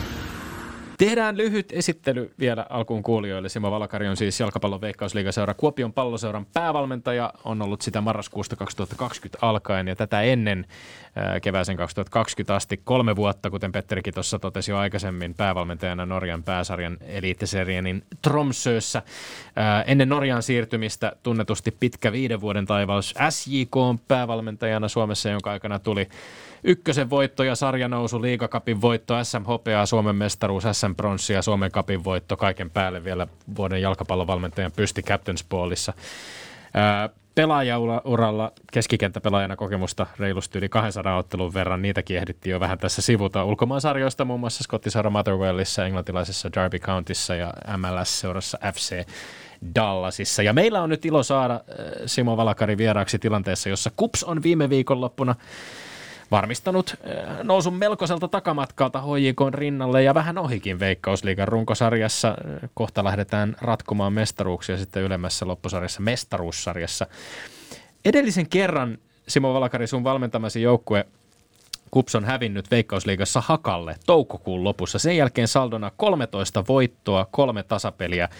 Tehdään lyhyt esittely vielä alkuun kuulijoille. Simo Valakari on siis jalkapallon Veikkausliigaseura Kuopion Palloseuran päävalmentaja. On ollut sitä marraskuusta kaksituhattakaksikymmentä alkaen ja tätä ennen ää, kevääseen kaksituhattakaksikymmentä asti kolme vuotta, kuten Petterikin tuossa totesi jo aikaisemmin, päävalmentajana Norjan pääsarjan Eliteserienin Tromsössä. Ää, ennen Norjan siirtymistä tunnetusti pitkä viiden vuoden taivaus S J K:n päävalmentajana Suomessa, jonka aikana tuli ykkösen voitto ja sarjanousu, liigacupin voitto, S M-hopeaa, Suomen mestaruus, S M-pronssi ja Suomen cupin voitto, kaiken päälle vielä vuoden jalkapallovalmentajan pysti Captain's Ballissa. Ää, pelaajauralla keskikenttäpelaajana kokemusta reilusti yli kahdensadan ottelun verran, niitäkin ehdittiin jo vähän tässä sivuta ulkomaansarjoista, muun muassa skottiseura Motherwellissa, englantilaisessa Derby Countyssa ja M L S-seurassa F C Dallasissa. Ja meillä on nyt ilo saada Simo Valakari vieraaksi tilanteessa, jossa KuPS on viime viikonloppuna varmistanut nousun melkoiselta takamatkalta H J K:n rinnalle ja vähän ohikin Veikkausliigan runkosarjassa. Kohta lähdetään ratkomaan mestaruuksia sitten ylemmässä loppusarjassa, mestaruussarjassa. Edellisen kerran, Simo Valakari, sun valmentamasi joukkue KuPS on hävinnyt Veikkausliigassa Hakalle toukokuun lopussa. Sen jälkeen saldona kolmetoista voittoa, kolme tasapeliä,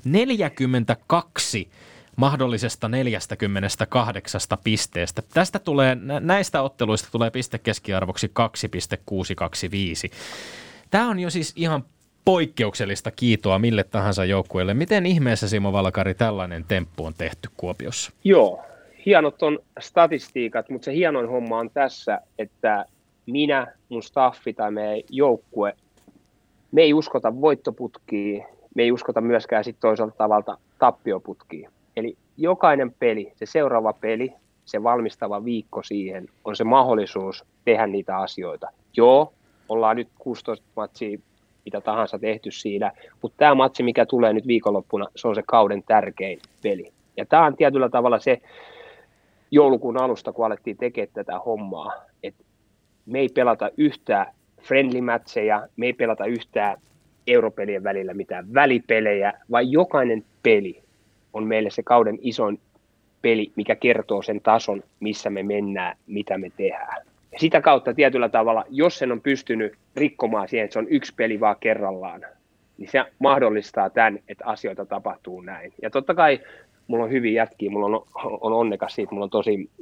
neljäkymmentäkaksi mahdollisesta neljästäkymmenestäkahdeksasta pisteestä. Tästä tulee, näistä otteluista tulee pistekeskiarvoksi kaksi pilkku kuusisataakaksikymmentäviisi. Tämä on jo siis ihan poikkeuksellista kiitoa mille tahansa joukkueelle. Miten ihmeessä, Simo Valakari, tällainen temppu on tehty Kuopiossa? Joo, hienot on statistiikat, mutta se hienoin homma on tässä, että minä, mun staffi tai meidän joukkue, me ei uskota voittoputkiin, me ei uskota myöskään sit toisaalta tavalla tappioputkiin. Eli jokainen peli, se seuraava peli, se valmistava viikko siihen, on se mahdollisuus tehdä niitä asioita. Joo, ollaan nyt kuusitoista matsia, mitä tahansa tehty siinä, mutta tämä matsi, mikä tulee nyt viikonloppuna, se on se kauden tärkein peli. Ja tämä on tietyllä tavalla se joulukuun alusta, kun alettiin tekemään tätä hommaa, että me ei pelata yhtään friendly-matcheja, me ei pelata yhtään europelien välillä mitään välipelejä, vaan jokainen peli on meille se kauden isoin peli, mikä kertoo sen tason, missä me mennään, mitä me tehdään. Ja sitä kautta tietyllä tavalla, jos sen on pystynyt rikkomaan siihen, että se on yksi peli vaan kerrallaan, niin se mahdollistaa tämän, että asioita tapahtuu näin. Ja totta kai mulla on hyviä jätkiä, mulla on, on onnekas siitä, mulla on tosi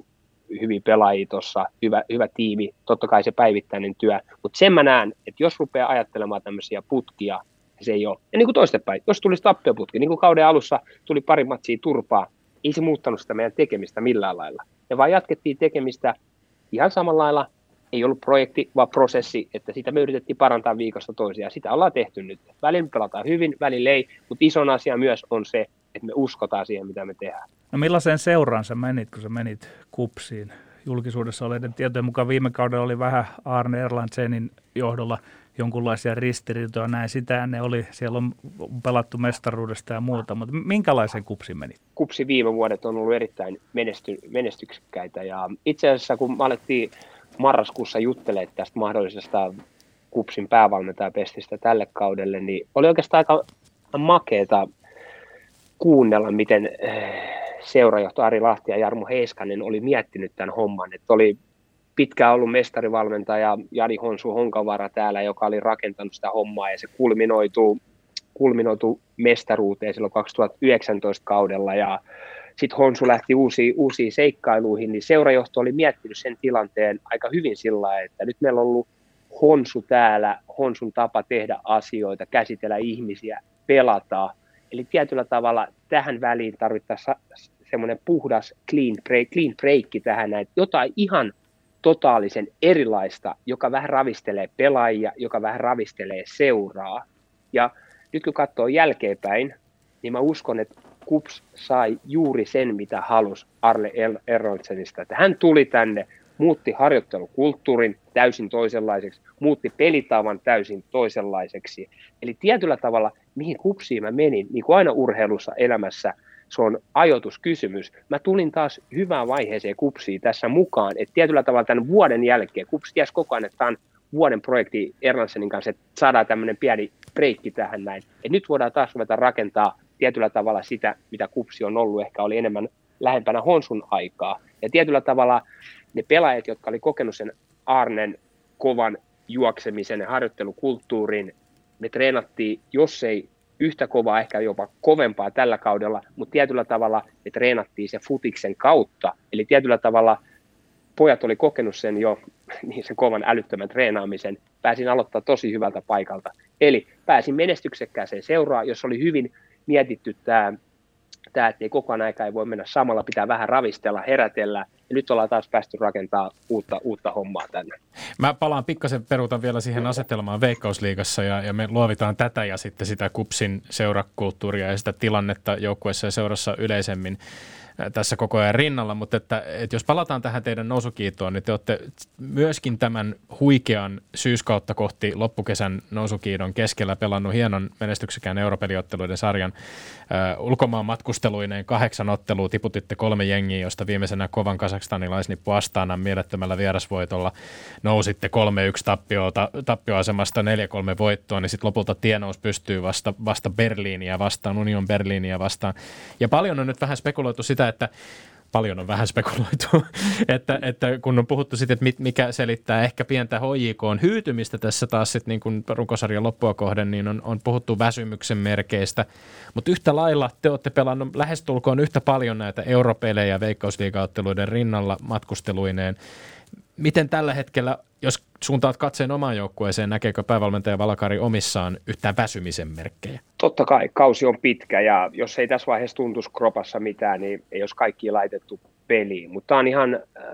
hyviä pelaajia tuossa, hyvä, hyvä tiimi, totta kai se päivittäinen työ, mutta sen mä näen, että jos rupeaa ajattelemaan tämmöisiä putkia, se ei ole. Ja niin kuin toistepäin, jos tulisi tappioputki, niin kuin kauden alussa tuli pari matsia turpaa, ei se muuttanut sitä meidän tekemistä millään lailla. Me vaan jatkettiin tekemistä ihan samalla lailla, ei ollut projekti, vaan prosessi, että sitä me yritettiin parantaa viikosta toisiaan. Sitä ollaan tehty nyt. Välillä pelataan hyvin, välillä ei, mutta ison asia myös on se, että me uskotaan siihen, mitä me tehdään. No millaiseen seuraan sä menit, kun sä menit KuPSiin? Julkisuudessa oleiden tietojen mukaan viime kaudella oli vähän Arne Erlandsenin johdolla jonkunlaisia ristiriitoja, näin sitä ennen oli, siellä on pelattu mestaruudesta ja muuta, mutta minkälaisen KuPSiin menit? KuPSin viime vuodet on ollut erittäin menesty, menestyksekkäitä ja itse asiassa kun me alettiin marraskuussa juttelemaan tästä mahdollisesta KuPSin päävalmentajapestistä tälle kaudelle, niin oli oikeastaan aika makeeta kuunnella, miten seurajohto Ari Lahti ja Jarmo Heiskanen oli miettinyt tämän homman. Että oli pitkään ollut mestarivalmentaja Jani Honsu Honkavara täällä, joka oli rakentanut sitä hommaa ja se kulminoituu, kulminoituu mestaruuteen silloin kaksituhattayhdeksäntoista kaudella ja sitten Honsu lähti uusiin, uusiin seikkailuihin, niin seurajohto oli miettinyt sen tilanteen aika hyvin sillä lailla, että nyt meillä on ollut Honsu täällä, Honsun tapa tehdä asioita, käsitellä ihmisiä, pelata. Eli tietyllä tavalla tähän väliin tarvittaisiin semmoinen puhdas clean break, clean breakki tähän, näin, jotain ihan totaalisen erilaista, joka vähän ravistelee pelaajia, joka vähän ravistelee seuraa. Ja nyt kun katsoo jälkeenpäin, niin mä uskon, että KuPS sai juuri sen, mitä halusi Arne Erlandsenista. Että hän tuli tänne, muutti harjoittelukulttuurin täysin toisenlaiseksi, muutti pelitavan täysin toisenlaiseksi. Eli tietyllä tavalla, mihin KuPSiin mä menin, niin kuin aina urheilussa elämässä, se on ajoituskysymys. Mä tulin taas hyvään vaiheeseen KuPSiin tässä mukaan, että tietyllä tavalla tämän vuoden jälkeen, KuPS tiesi koko ajan, että tämä on vuoden projekti Erlandsenin kanssa, että saadaan tämmöinen pieni breikki tähän näin. Et nyt voidaan taas ruveta rakentaa tietyllä tavalla sitä, mitä KuPS on ollut, ehkä oli enemmän lähempänä Honsun aikaa. Ja tietyllä tavalla ne pelaajat, jotka oli kokenut sen Arnen kovan juoksemisen ja harjoittelukulttuurin, me treenattiin, jos ei yhtä kovaa, ehkä jopa kovempaa tällä kaudella, mutta tietyllä tavalla me treenattiin se futiksen kautta. Eli tietyllä tavalla pojat oli kokenut sen jo, niin sen kovan älyttömän treenaamisen, pääsin aloittaa tosi hyvältä paikalta. Eli pääsin menestyksekkääseen seuraan, jos oli hyvin mietitty tämä, tämä että ei koko ajan aikaa ei voi mennä samalla, pitää vähän ravistella, herätellä, ja nyt ollaan taas päästy rakentamaan uutta, uutta hommaa tänne. Mä palaan pikkasen, peruutan vielä siihen asetelmaan Veikkausliigassa, ja, ja me luovitaan tätä ja sitten sitä KuPSin seurakulttuuria ja sitä tilannetta joukkueessa ja seurassa yleisemmin tässä koko ajan rinnalla, mutta että, että jos palataan tähän teidän nousukiitoon, niin te olette myöskin tämän huikean syyskautta kohti loppukesän nousukiidon keskellä pelannut hienon menestyksekään europeliotteluiden sarjan äh, ulkomaan matkusteluineen kahdeksan ottelua, tiputitte kolme jengiä, josta viimeisenä kovan kasakstanilaisnippu Astanan mielettömällä vierasvoitolla nousitte kolme yksi tappioita, tappioasemasta neljä kolme voittoa, niin sitten lopulta tienous pystyy vasta, vasta Berliiniä vastaan, Union Berliiniä vastaan. Ja paljon on nyt vähän spekuloitu sitä, että paljon on vähän spekuloitu, että, että kun on puhuttu sitten, että mikä selittää ehkä pientä H J K:n hyytymistä tässä taas sitten niin kuin runkosarjan loppua kohden, niin on, on puhuttu väsymyksen merkeistä, mutta yhtä lailla te olette pelannut lähestulkoon yhtä paljon näitä europelejä Veikkausliigaotteluiden rinnalla matkusteluineen. Miten tällä hetkellä, jos suuntaat katseen omaan joukkueeseen, näkeekö päävalmentaja Valakari omissaan yhtään väsymisen merkkejä? Totta kai, kausi on pitkä ja jos ei tässä vaiheessa tuntuisi kropassa mitään, niin ei olisi kaikki laitettu peliin. Mutta tämä on ihan,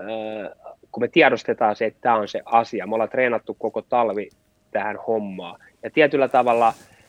äh, kun me tiedostetaan se, että tämä on se asia. Me ollaan treenattu koko talvi tähän hommaan. Ja tietyllä tavalla,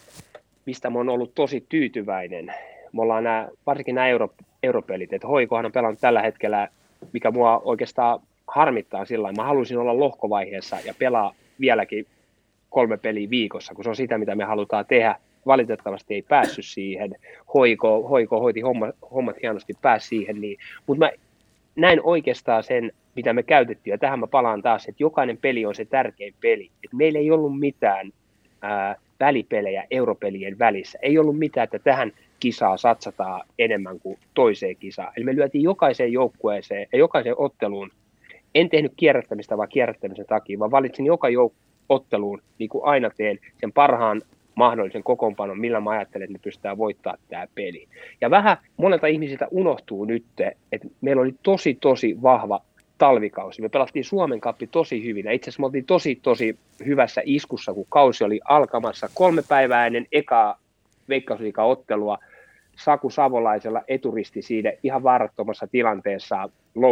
mistä mä oon ollut tosi tyytyväinen, me ollaan nämä, varsinkin nämä euro, europelit, että Hoikohan on pelannut tällä hetkellä, mikä mua oikeastaan harmittaa sillä lailla. Mä haluaisin olla lohkovaiheessa ja pelaa vieläkin kolme peliä viikossa, kun se on sitä, mitä me halutaan tehdä. Valitettavasti ei päässyt siihen. Hoiko, Hoiko hoiti homma, hommat hienosti, pääsi siihen. Niin. Mutta mä näin oikeastaan sen, mitä me käytettiin. Ja tähän mä palaan taas, että jokainen peli on se tärkein peli. Et meillä ei ollut mitään ää, välipelejä europelien välissä. Ei ollut mitään, että tähän kisaa satsataan enemmän kuin toiseen kisaan. Eli me lyötiin jokaiseen joukkueeseen ja jokaiseen otteluun. En tehnyt kierrättämistä vaan kierrättämisen takia, vaan valitsin joka jouk- otteluun, niin kuin aina teen, sen parhaan mahdollisen kokoonpanon, millä mä ajattelen, että me pystytään voittamaan tämä peli. Ja vähän monelta ihmisiltä unohtuu nyt, että meillä oli tosi, tosi vahva talvikausi. Me pelattiin Suomen Cuppi tosi hyvin ja itse asiassa me oltiin tosi, tosi hyvässä iskussa, kun kausi oli alkamassa. Kolme päivää ennen ekaa Veikkausliiga-ottelua Saku Savolaisella eturisti siinä ihan vaarattomassa tilanteessa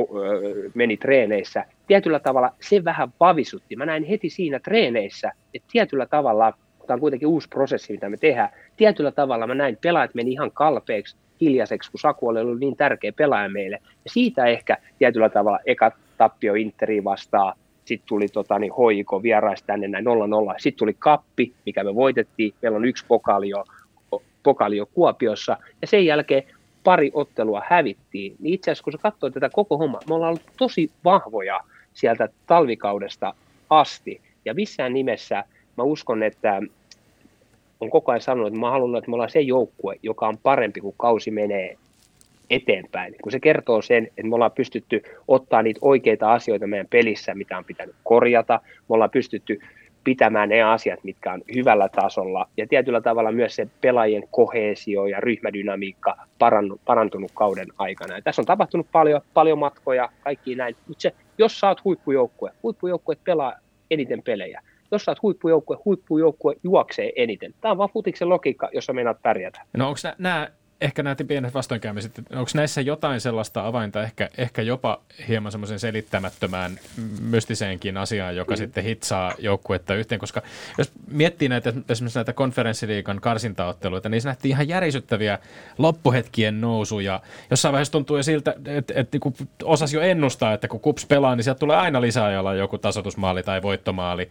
meni treeneissä. Tietyllä tavalla se vähän vavisutti. Mä näin heti siinä treeneissä, että tietyllä tavalla, tämä on kuitenkin uusi prosessi, mitä me tehdään, tietyllä tavalla mä näin pelaajat meni ihan kalpeeksi, hiljaiseksi, kun Saku oli ollut niin tärkeä pelaaja meille. Ja siitä ehkä tietyllä tavalla eka tappio Interiin vastaan, sitten tuli tota, niin Hoiko vieraista tänne näin nolla nolla. Sitten tuli kappi, mikä me voitettiin. Meillä on yksi pokalio, pokalio Kuopiossa. Ja sen jälkeen pari ottelua hävittiin. Niin itse asiassa kun sä katsoo tätä koko hommaa, me ollaan ollut tosi vahvoja sieltä talvikaudesta asti. Ja missään nimessä mä uskon, että on koko ajan sanonut, että mä haluan, että me ollaan se joukkue, joka on parempi, kun kausi menee eteenpäin. Kun se kertoo sen, että me ollaan pystytty ottaa niitä oikeita asioita meidän pelissä, mitä on pitänyt korjata. Me ollaan pystytty pitämään ne asiat, mitkä on hyvällä tasolla. Ja tietyllä tavalla myös se pelaajien koheesio ja ryhmädynamiikka parantunut kauden aikana. Ja tässä on tapahtunut paljon, paljon matkoja, kaikki näin. Mutta se, jos sä oot huippujoukkue, huippujoukkue pelaa eniten pelejä. Jos sä oot huippujoukkue, huippujoukkue juoksee eniten. Tämä on vaan futiksen logiikka, jossa meinaat pärjätä. No onko nämä, ehkä nämä pienet vastoinkäymiset, onko näissä jotain sellaista avainta, ehkä, ehkä jopa hieman semmoisen selittämättömään mystiseenkin asiaan, joka mm. sitten hitsaa joukkuetta yhteen, koska jos miettii näitä, esimerkiksi näitä konferenssiliigan karsintaotteluita, niin se nähtiin ihan järisyttäviä loppuhetkien nousuja. Jossain vaiheessa tuntuu jo siltä, että, että kun osasi jo ennustaa, että kun KuPS pelaa, niin sieltä tulee aina lisäajalla joku tasoitusmaali tai voittomaali.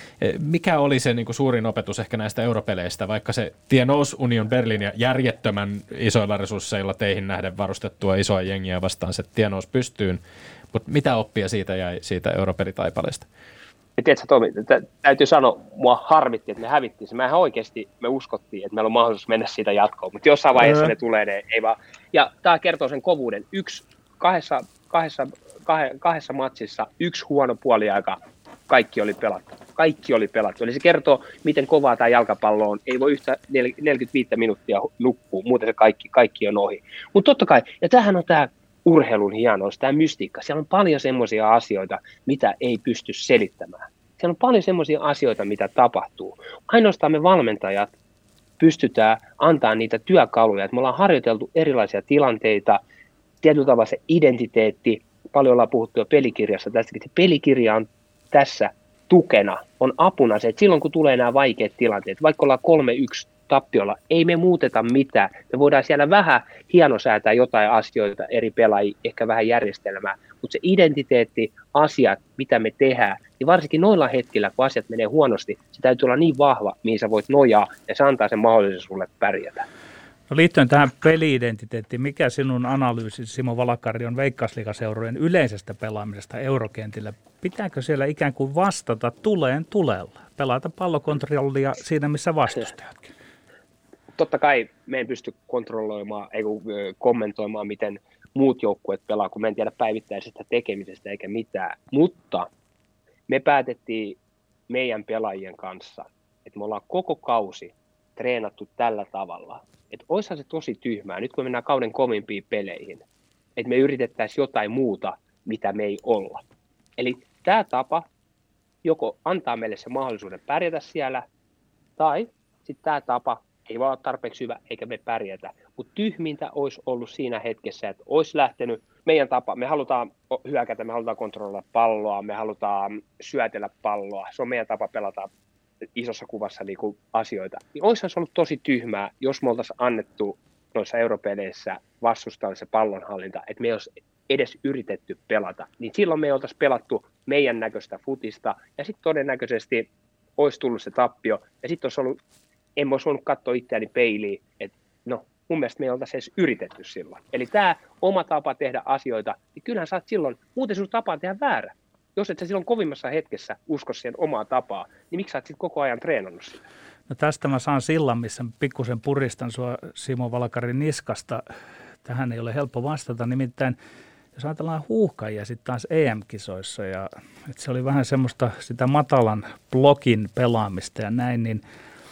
Mikä oli se niin kuin suurin opetus ehkä näistä europeleistä, vaikka se tie nousi Union Berlin ja järjettömän isoilla resursseilla teihin nähden varustettua isoa jengiä vastaan, se tie nousi pystyyn, mutta mitä oppia siitä jäi siitä europelitaipaleesta? Ja tiedätkö Tomi, täytyy sanoa, mua harmitti, että me hävittiin se. Mehän oikeasti me uskottiin, että meillä on mahdollisuus mennä siitä jatkoon, mutta jossain vaiheessa ne tulee, ne ei vaan. Ja tämä kertoo sen kovuuden. Yksi, kahdessa, kahdessa, kah, kahdessa matsissa yksi huono puoliaika, kaikki oli pelattu. Kaikki oli pelattu. Eli se kertoo, miten kovaa tämä jalkapallo on. Ei voi yhtä neljäkymmentäviisi minuuttia nukkua, muuten se kaikki, kaikki on ohi. Mutta totta kai, ja tämähän on tämä urheilun hienous, tämä mystiikka. Siellä on paljon semmoisia asioita, mitä ei pysty selittämään. Siellä on paljon semmoisia asioita, mitä tapahtuu. Ainoastaan me valmentajat pystytään antaa niitä työkaluja. Että me ollaan harjoiteltu erilaisia tilanteita, tietyllä tavalla se identiteetti. Paljon ollaan puhuttu jo pelikirjassa tästäkin. Se pelikirja on tässä tukena, on apuna se, että silloin kun tulee nämä vaikeat tilanteet, vaikka ollaan kolme yksi tappiolla, ei me muuteta mitään. Me voidaan siellä vähän hienosäätää jotain asioita eri pelaajia, ehkä vähän järjestelmää, mutta se identiteetti, asiat, mitä me tehdään, niin varsinkin noilla hetkillä, kun asiat menee huonosti, se täytyy olla niin vahva, mihin sä voit nojaa, ja se antaa sen mahdollisuuden sulle pärjätä. No liittyen tähän peli-identiteettiin, mikä sinun analyysi, Simo Valakari, on Veikkausliigaseurojen yleisestä pelaamisesta eurokentillä? Pitääkö siellä ikään kuin vastata tuleen tulella? Pelata pallokontrollia siinä, missä vastustajatkin? Totta kai me en pysty kontrolloimaan, ei kommentoimaan, miten muut joukkueet pelaa, kun me en tiedä päivittäisestä tekemisestä eikä mitään. Mutta me päätettiin meidän pelaajien kanssa, että me ollaan koko kausi treenattu tällä tavalla. Että olisihan se tosi tyhmää, nyt kun mennään kauden kovimpiin peleihin, että me yritettäisiin jotain muuta, mitä me ei olla. Eli tämä tapa joko antaa meille se mahdollisuuden pärjätä siellä, tai sitten tämä tapa ei vaan ole tarpeeksi hyvä, eikä me pärjätä. Mutta tyhmintä olisi ollut siinä hetkessä, että olisi lähtenyt meidän tapa, me halutaan hyökätä, me halutaan kontrolloida palloa, me halutaan syötellä palloa, se on meidän tapa pelata isossa kuvassa niin kuin asioita, niin olisihan se ollut tosi tyhmää, jos me oltaisiin annettu noissa europeleissä vastustaa se pallonhallinta, että me ei olisi edes yritetty pelata, niin silloin me ei oltaisi pelattu meidän näköistä futista, ja sitten todennäköisesti olisi tullut se tappio, ja sitten olisi ollut, en olisi voinut katsoa itseäni peiliin, että no, mun mielestä me ei oltaisi edes yritetty silloin. Eli tämä oma tapa tehdä asioita, niin kyllähän sä oot silloin, muuten sun tapa on tehdä väärä. Jos et sä silloin kovimmassa hetkessä usko siihen omaa tapaa, niin miksi sä oot sitten koko ajan treenannut sitä? No tästä mä saan sillan, missä pikkusen puristan sua Simo Valakarin niskasta. Tähän ei ole helppo vastata, nimittäin jos ajatellaan huuhkajia sitten taas E M-kisoissa, ja että se oli vähän semmoista sitä matalan blokin pelaamista ja näin, niin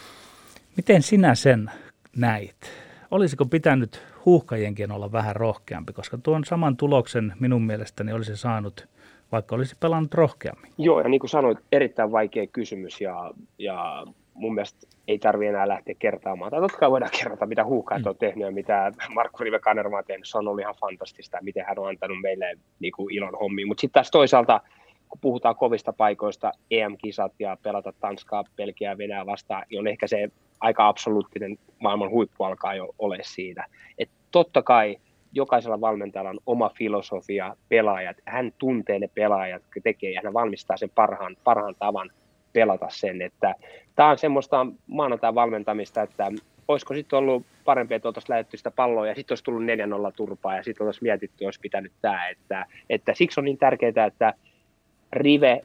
miten sinä sen näit? Olisiko pitänyt huuhkajienkin olla vähän rohkeampi, koska tuon saman tuloksen minun mielestäni olisi saanut vaikka olisi pelannut rohkeammin? Joo, ja niin kuin sanoit, erittäin vaikea kysymys, ja, ja mun mielestä ei tarvitse enää lähteä kertaamaan. Tai totta kai voidaan kerrata, mitä Huuhkajat mm. on tehnyt ja mitä Markku Rive Kanerva on tehnyt. Se on ollut ihan fantastista, miten hän on antanut meille niin kuin ilon hommiin. Mutta sitten taas toisaalta, kun puhutaan kovista paikoista, E M-kisat ja pelata Tanskaa, Belgiaa, Venäjää vastaan, niin on ehkä se aika absoluuttinen maailman huippu alkaa jo ole siinä. Et totta kai jokaisella valmentajalla on oma filosofia, pelaajat. Hän tuntee ne pelaajat, jotka tekee, ja hän valmistaa sen parhaan, parhaan tavan pelata sen. Että tämä on semmoista maanantain valmentamista, että olisiko sitten ollut parempi, että oltaisiin lähdetty sitä palloa ja sitten olisi tullut neljä nolla turpaa ja sitten oltaisiin mietitty, olisi pitänyt tämä. Että, että siksi on niin tärkeää, että Rive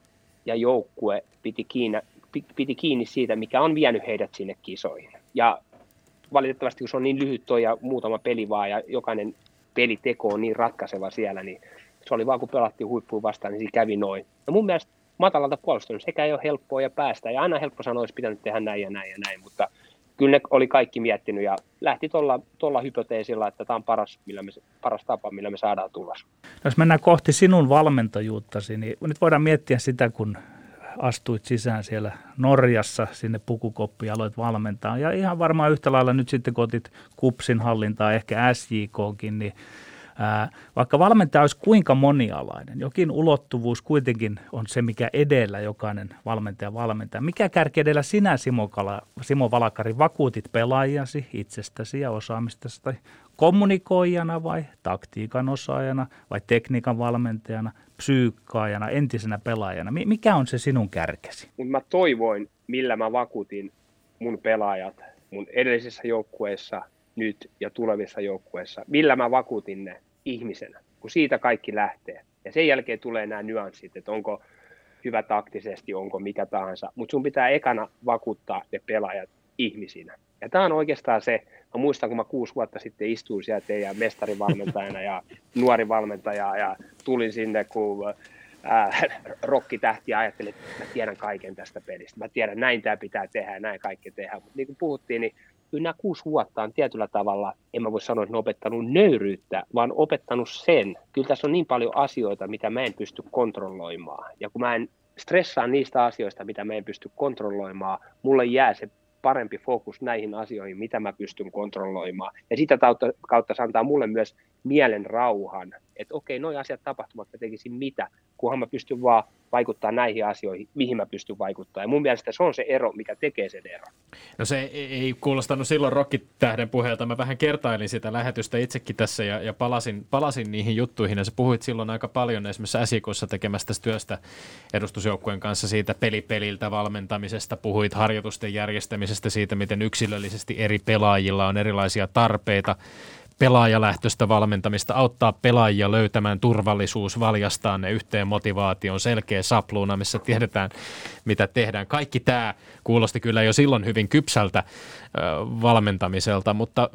ja joukkue piti kiinni, piti kiinni siitä, mikä on vienyt heidät sinne kisoihin. Ja valitettavasti, kun se on niin lyhyt toi ja muutama peli vaan ja jokainen peliteko on niin ratkaiseva siellä, niin se oli vaan kun pelattiin huippuun vastaan, niin siinä kävi noin. Ja mun mielestä matalalta puolustaminen sekä ei ole helppoa ja päästä. Ja aina helppo sanoa, olisi pitänyt tehdä näin ja näin ja näin, mutta kyllä ne oli kaikki miettinyt ja lähti tuolla hypoteesilla, että tämä on paras, millä me, paras tapa, millä me saadaan tulos. Jos mennään kohti sinun valmentajuuttasi, niin nyt voidaan miettiä sitä, kun astuit sisään siellä Norjassa sinne pukukoppiin ja aloit valmentaa. Ja ihan varmaan yhtä lailla nyt sitten, kun otit KuPSin hallintaa, ehkä S J K:kin, niin ää, vaikka valmentaja olisi kuinka monialainen, jokin ulottuvuus kuitenkin on se, mikä edellä jokainen valmentaja valmentaa. Mikä kärki edellä sinä, Simo, Kala, Simo Valakari, vakuutit pelaajasi itsestäsi ja osaamistasi kommunikoijana vai taktiikan osaajana vai tekniikan valmentajana, psyykkaajana, entisenä pelaajana? Mikä on se sinun kärkesi? Mä toivoin, millä mä vakuutin mun pelaajat mun edellisissä joukkueissa, nyt ja tulevissa joukkueissa, millä mä vakuutin ne ihmisenä, kun siitä kaikki lähtee. Ja sen jälkeen tulee nämä nyanssit, että onko hyvä taktisesti, onko mikä tahansa, mutta sun pitää ekana vakuuttaa ne pelaajat ihmisinä. Ja tämä on oikeastaan se, mä muistan, kun mä kuusi vuotta sitten istuin siellä teidän mestarivalmentajana ja nuori valmentaja ja tulin sinne, kun äh, rokkitähti ja ajattelin, että mä tiedän kaiken tästä pelistä. Mä tiedän, näin tämä pitää tehdä ja näin kaikki tehdä. Mutta niin kuin puhuttiin, niin kyllä nämä kuusi vuotta on tietyllä tavalla, en mä voi sanoa, että ne on opettanut nöyryyttä, vaan opettanut sen. Kyllä tässä on niin paljon asioita, mitä mä en pysty kontrolloimaan. Ja kun mä en stressaa niistä asioista, mitä mä en pysty kontrolloimaan, mulle jää se parempi fokus näihin asioihin, mitä mä pystyn kontrolloimaan. Ja sitä kautta, kautta se antaa mulle myös mielen rauhan, että okei, noi asiat tapahtuvat, mä tekisin mitä, kunhan mä pystyn vaan vaikuttaa näihin asioihin, mihin mä pystyn vaikuttaa. Ja mun mielestä se on se ero, mikä tekee sen eron. No se ei kuulostanut silloin Rokkitähden puheelta. Mä vähän kertailin sitä lähetystä itsekin tässä ja, ja palasin, palasin niihin juttuihin. Ja sä puhuit silloin aika paljon esimerkiksi S I K:ssa tekemästä työstä edustusjoukkueen kanssa siitä pelipeliltä valmentamisesta. Puhuit harjoitusten järjestämisestä, siitä miten yksilöllisesti eri pelaajilla on erilaisia tarpeita. Pelaajalähtöistä valmentamista, auttaa pelaajia löytämään turvallisuus, valjastaa ne yhteen motivaation, selkeä sapluuna, missä tiedetään, mitä tehdään. Kaikki tämä kuulosti kyllä jo silloin hyvin kypsältä ö, valmentamiselta, mutta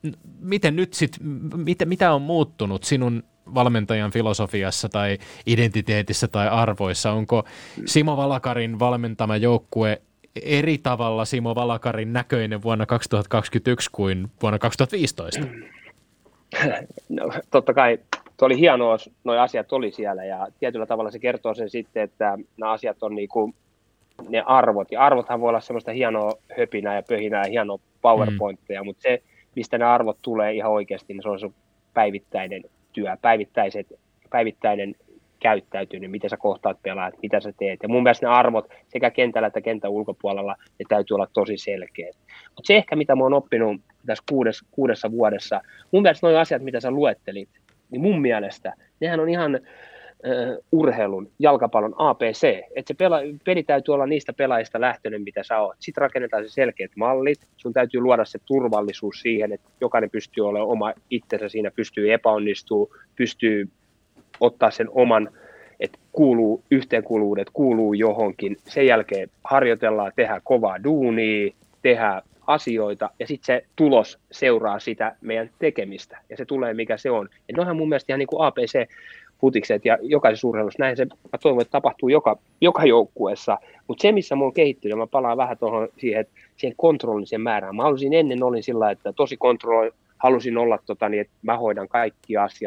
miten nyt sit, mit, mitä on muuttunut sinun valmentajan filosofiassa tai identiteetissä tai arvoissa? Onko Simo Valakarin valmentama joukkue eri tavalla Simo Valakarin näköinen vuonna kaksituhattakaksikymmentäyksi kuin vuonna kaksituhattaviisitoista? No, totta kai tuo oli hienoa, nuo asiat oli siellä ja tietyllä tavalla se kertoo sen sitten, että nämä asiat on niin kuin ne arvot. Ja arvothan voi olla semmoista hienoa höpinää ja pöhinää ja hienoa powerpointteja, mm. mutta se, mistä ne arvot tulee ihan oikeasti, niin se on se päivittäinen työ, päivittäiset, päivittäinen käyttäytyminen, miten sä kohtaat pelaajat, mitä sä teet. Ja mun mielestä ne arvot sekä kentällä että kentän ulkopuolella, ne täytyy olla tosi selkeät. Mutta se ehkä, mitä mä oon oppinut tässä kuudes, kuudessa vuodessa, mun mielestä nuo asiat, mitä sä luettelit, niin mun mielestä nehän on ihan uh, urheilun, jalkapallon A B C. Että se pela, peli täytyy olla niistä pelaajista lähtöinen, mitä sä oot. Sitten rakennetaan se selkeät mallit. Sun täytyy luoda se turvallisuus siihen, että jokainen pystyy olemaan oma itsensä siinä, pystyy epäonnistumaan, pystyy ottaa sen oman, että kuuluu yhteenkuuluvuudet, kuuluu johonkin. Sen jälkeen harjoitellaan, tehdään kovaa duunia, tehdään asioita ja sitten se tulos seuraa sitä meidän tekemistä ja se tulee mikä se on. Ja noihän mun mielestä ihan niin kuin A B C-futikset ja jokaisessa urheilussa, näin se mä toivon, että tapahtuu joka, joka joukkueessa, mutta se missä mä oon kehittynyt, mä palaan vähän tuohon siihen, että siihen kontrollisen määrään. Mä halusin ennen olin sillä, että tosi kontrolloi, halusin olla tota niin, että mä hoidan kaikki asiat.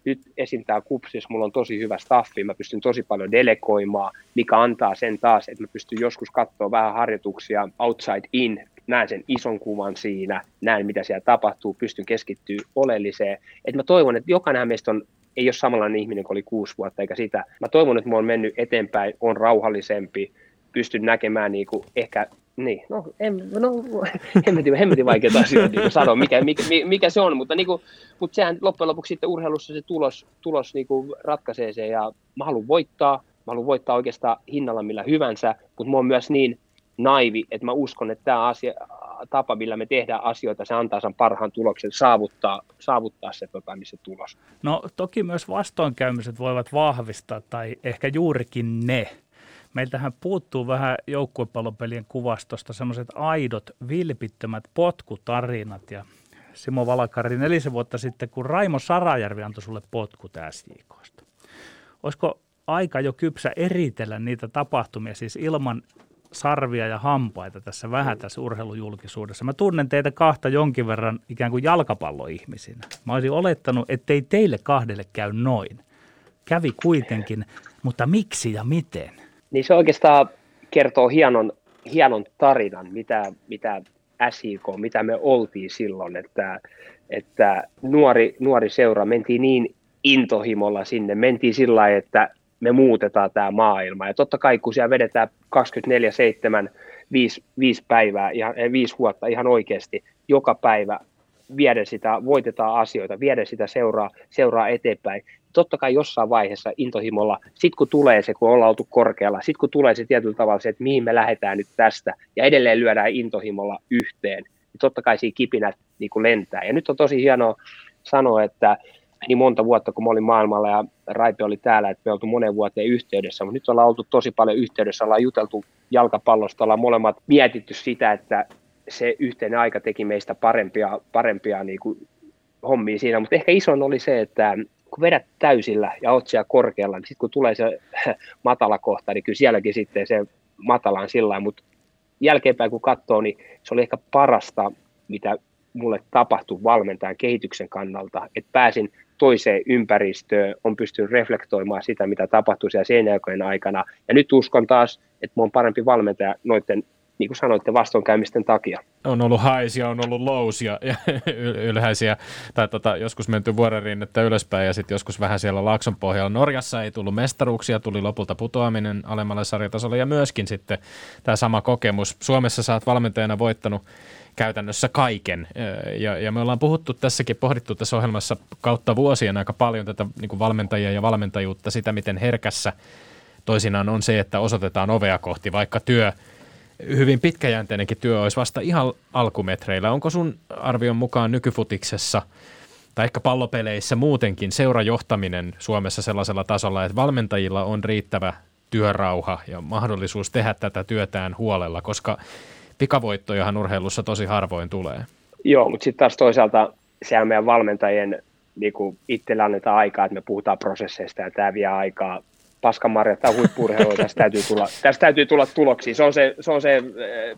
nyt esim. Tää KuPSissa mulla on tosi hyvä staffi, mä pystyn tosi paljon delegoimaan, mikä antaa sen taas, että mä pystyn joskus katsoa vähän harjoituksia outside in, näen sen ison kuvan siinä, näen mitä siellä tapahtuu, pystyn keskittyä oleelliseen. Et mä toivon, että jokainen meistä on, ei ole samanlainen ihminen kuin oli kuusi vuotta eikä sitä. Mä toivon, että mä oon mennyt eteenpäin, on rauhallisempi, pystyn näkemään niinku ehkä, niin, no, en, no, hemmetin, hemmetin vaikeita asioita niin sanoa, mikä, mikä, mikä se on, mutta, niinku, mutta sehän loppujen lopuksi sitten urheilussa se tulos, tulos niinku ratkaisee sen, ja mä haluan voittaa, mä haluan voittaa oikeastaan hinnalla millä hyvänsä, mutta mä oon myös niin naivi, että mä uskon, että tämä asia, tapa, millä me tehdään asioita, se antaa sen parhaan tuloksen saavuttaa, saavuttaa se, tota, niin se tulos. No toki myös vastoinkäymiset voivat vahvistaa, tai ehkä juurikin ne. Meiltähän puuttuu vähän joukkuepallopelien kuvastosta semmoiset aidot, vilpittömät potkutarinat. Ja Simo Valakari, nelisen vuotta sitten, kun Raimo Sarajärvi antoi sulle potkut S J K:sta. Olisiko aika jo kypsä eritellä niitä tapahtumia, siis ilman sarvia ja hampaita tässä vähän tässä urheilujulkisuudessa? Mä tunnen teitä kahta jonkin verran ikään kuin jalkapalloihmisinä. Mä olisin olettanut, ettei teille kahdelle käy noin. Kävi kuitenkin, mutta miksi ja miten? Niin se oikeastaan kertoo hienon, hienon tarinan, mitä, mitä S J K, mitä me oltiin silloin, että, että nuori, nuori seura, mentiin niin intohimolla sinne, mentiin sillä lailla, että me muutetaan tämä maailma. Ja totta kai, kun siellä vedetään kaksikymmentäneljä seitsemän, viisi päivää, ihan, viisi vuotta ihan oikeasti, joka päivä viedä sitä, voitetaan asioita, viedä sitä seuraa, seuraa eteenpäin. Totta kai jossain vaiheessa intohimolla, sit kun tulee se, kun ollaan oltu korkealla, sit kun tulee se tietyllä tavalla se, että mihin me lähdetään nyt tästä, ja edelleen lyödään intohimolla yhteen, niin totta kai siinä kipinät niin kuin lentää. Ja nyt on tosi hienoa sanoa, että meni monta vuotta, kun mä olin maailmalla ja Raipe oli täällä, että me oltu monen vuoteen yhteydessä, mutta nyt ollaan oltu tosi paljon yhteydessä, ollaan juteltu jalkapallosta, ollaan molemmat mietitty sitä, että se yhteinen aika teki meistä parempia, parempia niin kuin hommia siinä, mutta ehkä isoin oli se, että kun vedät täysillä ja oot siellä korkealla, niin sitten kun tulee se matala kohta, niin kyllä sielläkin sitten se matala on sillä lailla, mutta jälkeenpäin kun katsoo, niin se oli ehkä parasta, mitä mulle tapahtui valmentajan kehityksen kannalta, että pääsin toiseen ympäristöön, on pystynyt reflektoimaan sitä, mitä tapahtui siellä Seinäjoen aikana, ja nyt uskon taas, että mä oon parempi valmentaja noiden, niin kuin sanoitte, vastoinkäymisten takia. On ollut highs ja on ollut lows ja, ja ylhäisiä, tai tota, joskus menty vuorerinnettä ylöspäin ja sitten joskus vähän siellä Laakson pohjalla. Norjassa ei tullut mestaruuksia, tuli lopulta putoaminen alemmalle sarjatasolle ja myöskin sitten tämä sama kokemus. Suomessa sä oot valmentajana voittanut käytännössä kaiken ja, ja me ollaan puhuttu tässäkin, pohdittu tässä ohjelmassa kautta vuosien aika paljon tätä niin kuin valmentajia ja valmentajuutta, sitä miten herkässä toisinaan on se, että osoitetaan ovea kohti, vaikka työ hyvin pitkäjänteinenkin työ olisi vasta ihan alkumetreillä. Onko sun arvion mukaan nykyfutiksessa tai ehkä pallopeleissä muutenkin seurajohtaminen Suomessa sellaisella tasolla, että valmentajilla on riittävä työrauha ja mahdollisuus tehdä tätä työtään huolella, koska pikavoittojahan urheilussa tosi harvoin tulee? Joo, mutta sitten taas toisaalta siellä meidän valmentajien niin itsellä annetaan aikaa, että me puhutaan prosesseista ja tämä vie aikaa. Paskanmarjat tai huippu-urheilua, tästä täytyy tulla, tästä täytyy tulla tuloksia. Se on se, se, on se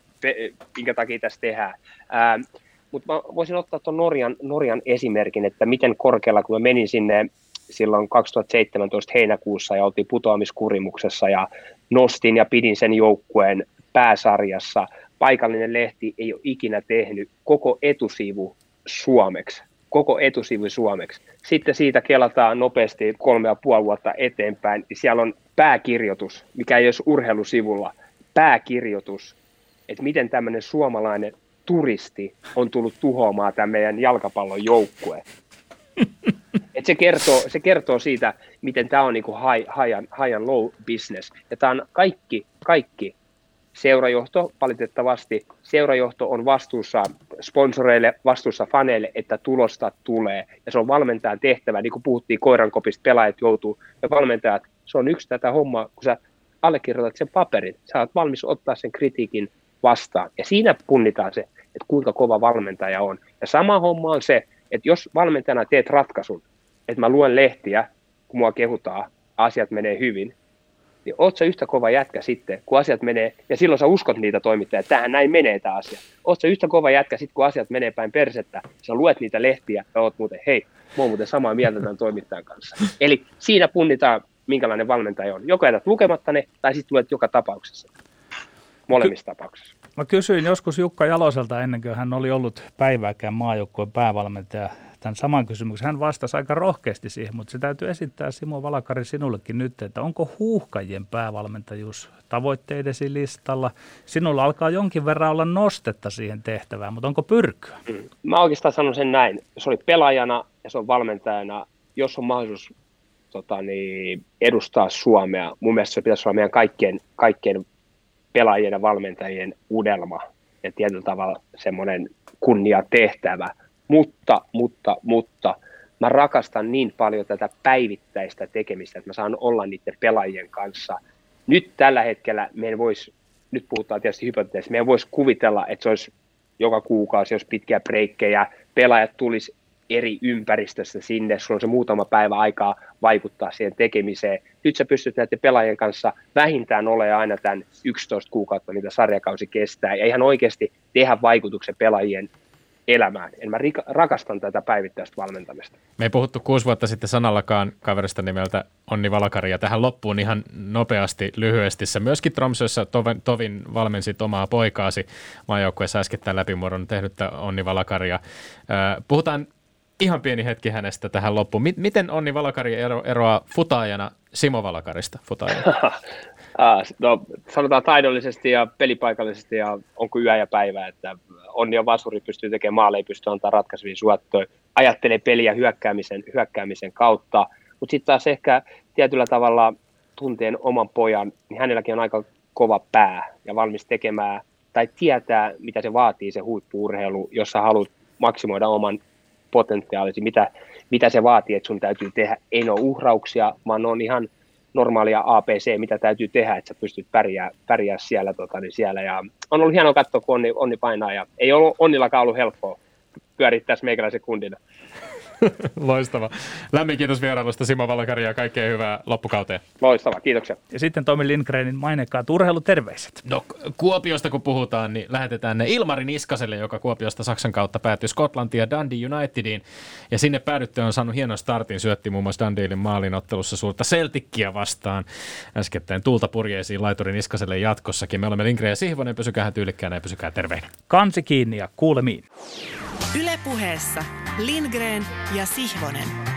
minkä takia tässä tehdään. Ää, mutta mä voisin ottaa tuon Norjan, Norjan esimerkin, että miten korkealla, kun mä menin sinne silloin kaksituhattaseitsemäntoista heinäkuussa ja oltiin putoamiskurimuksessa ja nostin ja pidin sen joukkueen pääsarjassa. Paikallinen lehti ei ole ikinä tehnyt koko etusivu suomeksi. koko etusivu suomeksi. Sitten siitä kelataan nopeasti kolme ja puoli vuotta eteenpäin. Siellä on pääkirjoitus, mikä ei ole urheilusivulla, pääkirjoitus, että miten tämmöinen suomalainen turisti on tullut tuhoamaan tämän meidän jalkapallon joukkueen. Et se, kertoo, se kertoo siitä, miten tämä on niinku high, high, and, high and low business. Ja tämä on kaikki, kaikki seurajohto, valitettavasti seurajohto on vastuussa sponsoreille, vastuussa faneille, että tulosta tulee. Ja se on valmentajan tehtävä, niin kuin puhuttiin koirankopista, pelaajat joutuu, ja valmentajat, se on yksi tätä hommaa, kun sä allekirjoitat sen paperin, sä oot valmis ottaa sen kritiikin vastaan. Ja siinä punnitaan se, että kuinka kova valmentaja on. Ja sama homma on se, että jos valmentajana teet ratkaisun, että mä luen lehtiä, kun mua kehutaan, asiat menee hyvin, niin oot sä yhtä kova jätkä sitten, kun asiat menee, ja silloin sä uskot niitä toimittajia, että tähän näin menee tämä asia. Oot sä yhtä kova jätkä sitten, kun asiat menee päin persettä, sä luet niitä lehtiä ja oot muuten, hei, mä oon muuten samaa mieltä tämän toimittajan kanssa. Eli siinä punnitaan, minkälainen valmentaja on. Joko jätät lukematta ne, tai sitten luet joka tapauksessa. Molemmissa Ky- tapauksissa. Mä kysyin joskus Jukka Jaloselta ennen kuin hän oli ollut päivääkään maajoukkueen päävalmentaja tämän saman kysymyksen. Hän vastasi aika rohkeasti siihen, mutta se täytyy esittää Simo Valakari sinullekin nyt, että onko Huuhkajien päävalmentajuus tavoitteidesi listalla? Sinulla alkaa jonkin verran olla nostetta siihen tehtävään, mutta onko pyrkyä? Mm. Mä oikeastaan sanon sen näin. Se oli pelaajana ja se on valmentajana. Jos on mahdollisuus tota, niin, edustaa Suomea, mun mielestä se pitäisi olla meidän kaikkien, kaikkien pelaajien ja valmentajien unelma ja tietyllä tavalla semmoinen kunnia tehtävä. Mutta, mutta, mutta mä rakastan niin paljon tätä päivittäistä tekemistä, että mä saan olla niiden pelaajien kanssa. Nyt tällä hetkellä meidän voisi, nyt puhutaan tietysti hypoteettisesti, meidän voisi kuvitella, että se olisi joka kuukausi, jos pitkiä breikkejä, pelaajat tulisi eri ympäristössä sinne, sulla on se muutama päivä aikaa vaikuttaa siihen tekemiseen. Nyt sä pystyt näiden pelaajien kanssa vähintään olemaan aina tämän yksitoista kuukautta, mitä sarjakausi kestää, ja ihan oikeasti tehdä vaikutuksen pelaajien elämään. En mä rika- rakastan tätä päivittäistä valmentamista. Me ei puhuttu kuusi vuotta sitten sanallakaan kaverista nimeltä Onni Valakari, ja tähän loppuun ihan nopeasti, lyhyesti. Sä myöskin Tromsøssa tovin, tovin valmensit omaa poikaasi maajoukkueessa äskettäin läpimuodon tehnyttä Onni Valakaria. Puhutaan ihan pieni hetki hänestä tähän loppuun. Miten Onni Valakari ero, eroaa futaajana Simo Valakarista futaajana? No, sanotaan taidollisesti ja pelipaikallisesti ja onko yö ja päivä, että Onni on vasuri, pystyy tekemään maaleja, ei pysty antaa ratkaisevia syöttöjä, ajattelee peliä hyökkäämisen, hyökkäämisen kautta, mutta sitten taas ehkä tietyllä tavalla tunteen oman pojan, niin hänelläkin on aika kova pää ja valmis tekemään tai tietää, mitä se vaatii se huippu-urheilu, jos sä haluat maksimoida oman potentiaalisi, mitä, mitä se vaatii, että sun täytyy tehdä. Ei ole uhrauksia, vaan on ihan normaalia A B C, mitä täytyy tehdä, että sä pystyt pärjää, pärjää siellä, tota, niin siellä. Ja on ollut hienoa katsoa, kun Onni, Onni painaa. Ja ei ollut Onnillakaan ollut helppoa pyörittää meikäläisen kundina. Loistava. Lämmin kiitos vierailusta Simo Valakari ja kaikkea hyvää loppukauteen. Loistava, kiitoksia. Ja sitten Tomi Lindgrenin mainekkaat urheiluterveiset. No Kuopiosta kun puhutaan, niin lähetetään ne Ilmari Niskaselle, joka Kuopiosta Saksan kautta päätyi Skotlantiin ja Dundee Unitediin. Ja sinne päädyttyä on saanut hienon startin, syötti muun muassa Dundeelin maalinottelussa suurta Celtickiä vastaan. Äskettäin tuulta purjeisiin laituri Niskaselle jatkossakin. Me olemme Lindgren ja Sihvonen, pysykää tyylikkäänä ja pysykää terveinä. Kansi kiinni ja kuulemiin. Yle Puheessa Lindgren ja Sihvonen.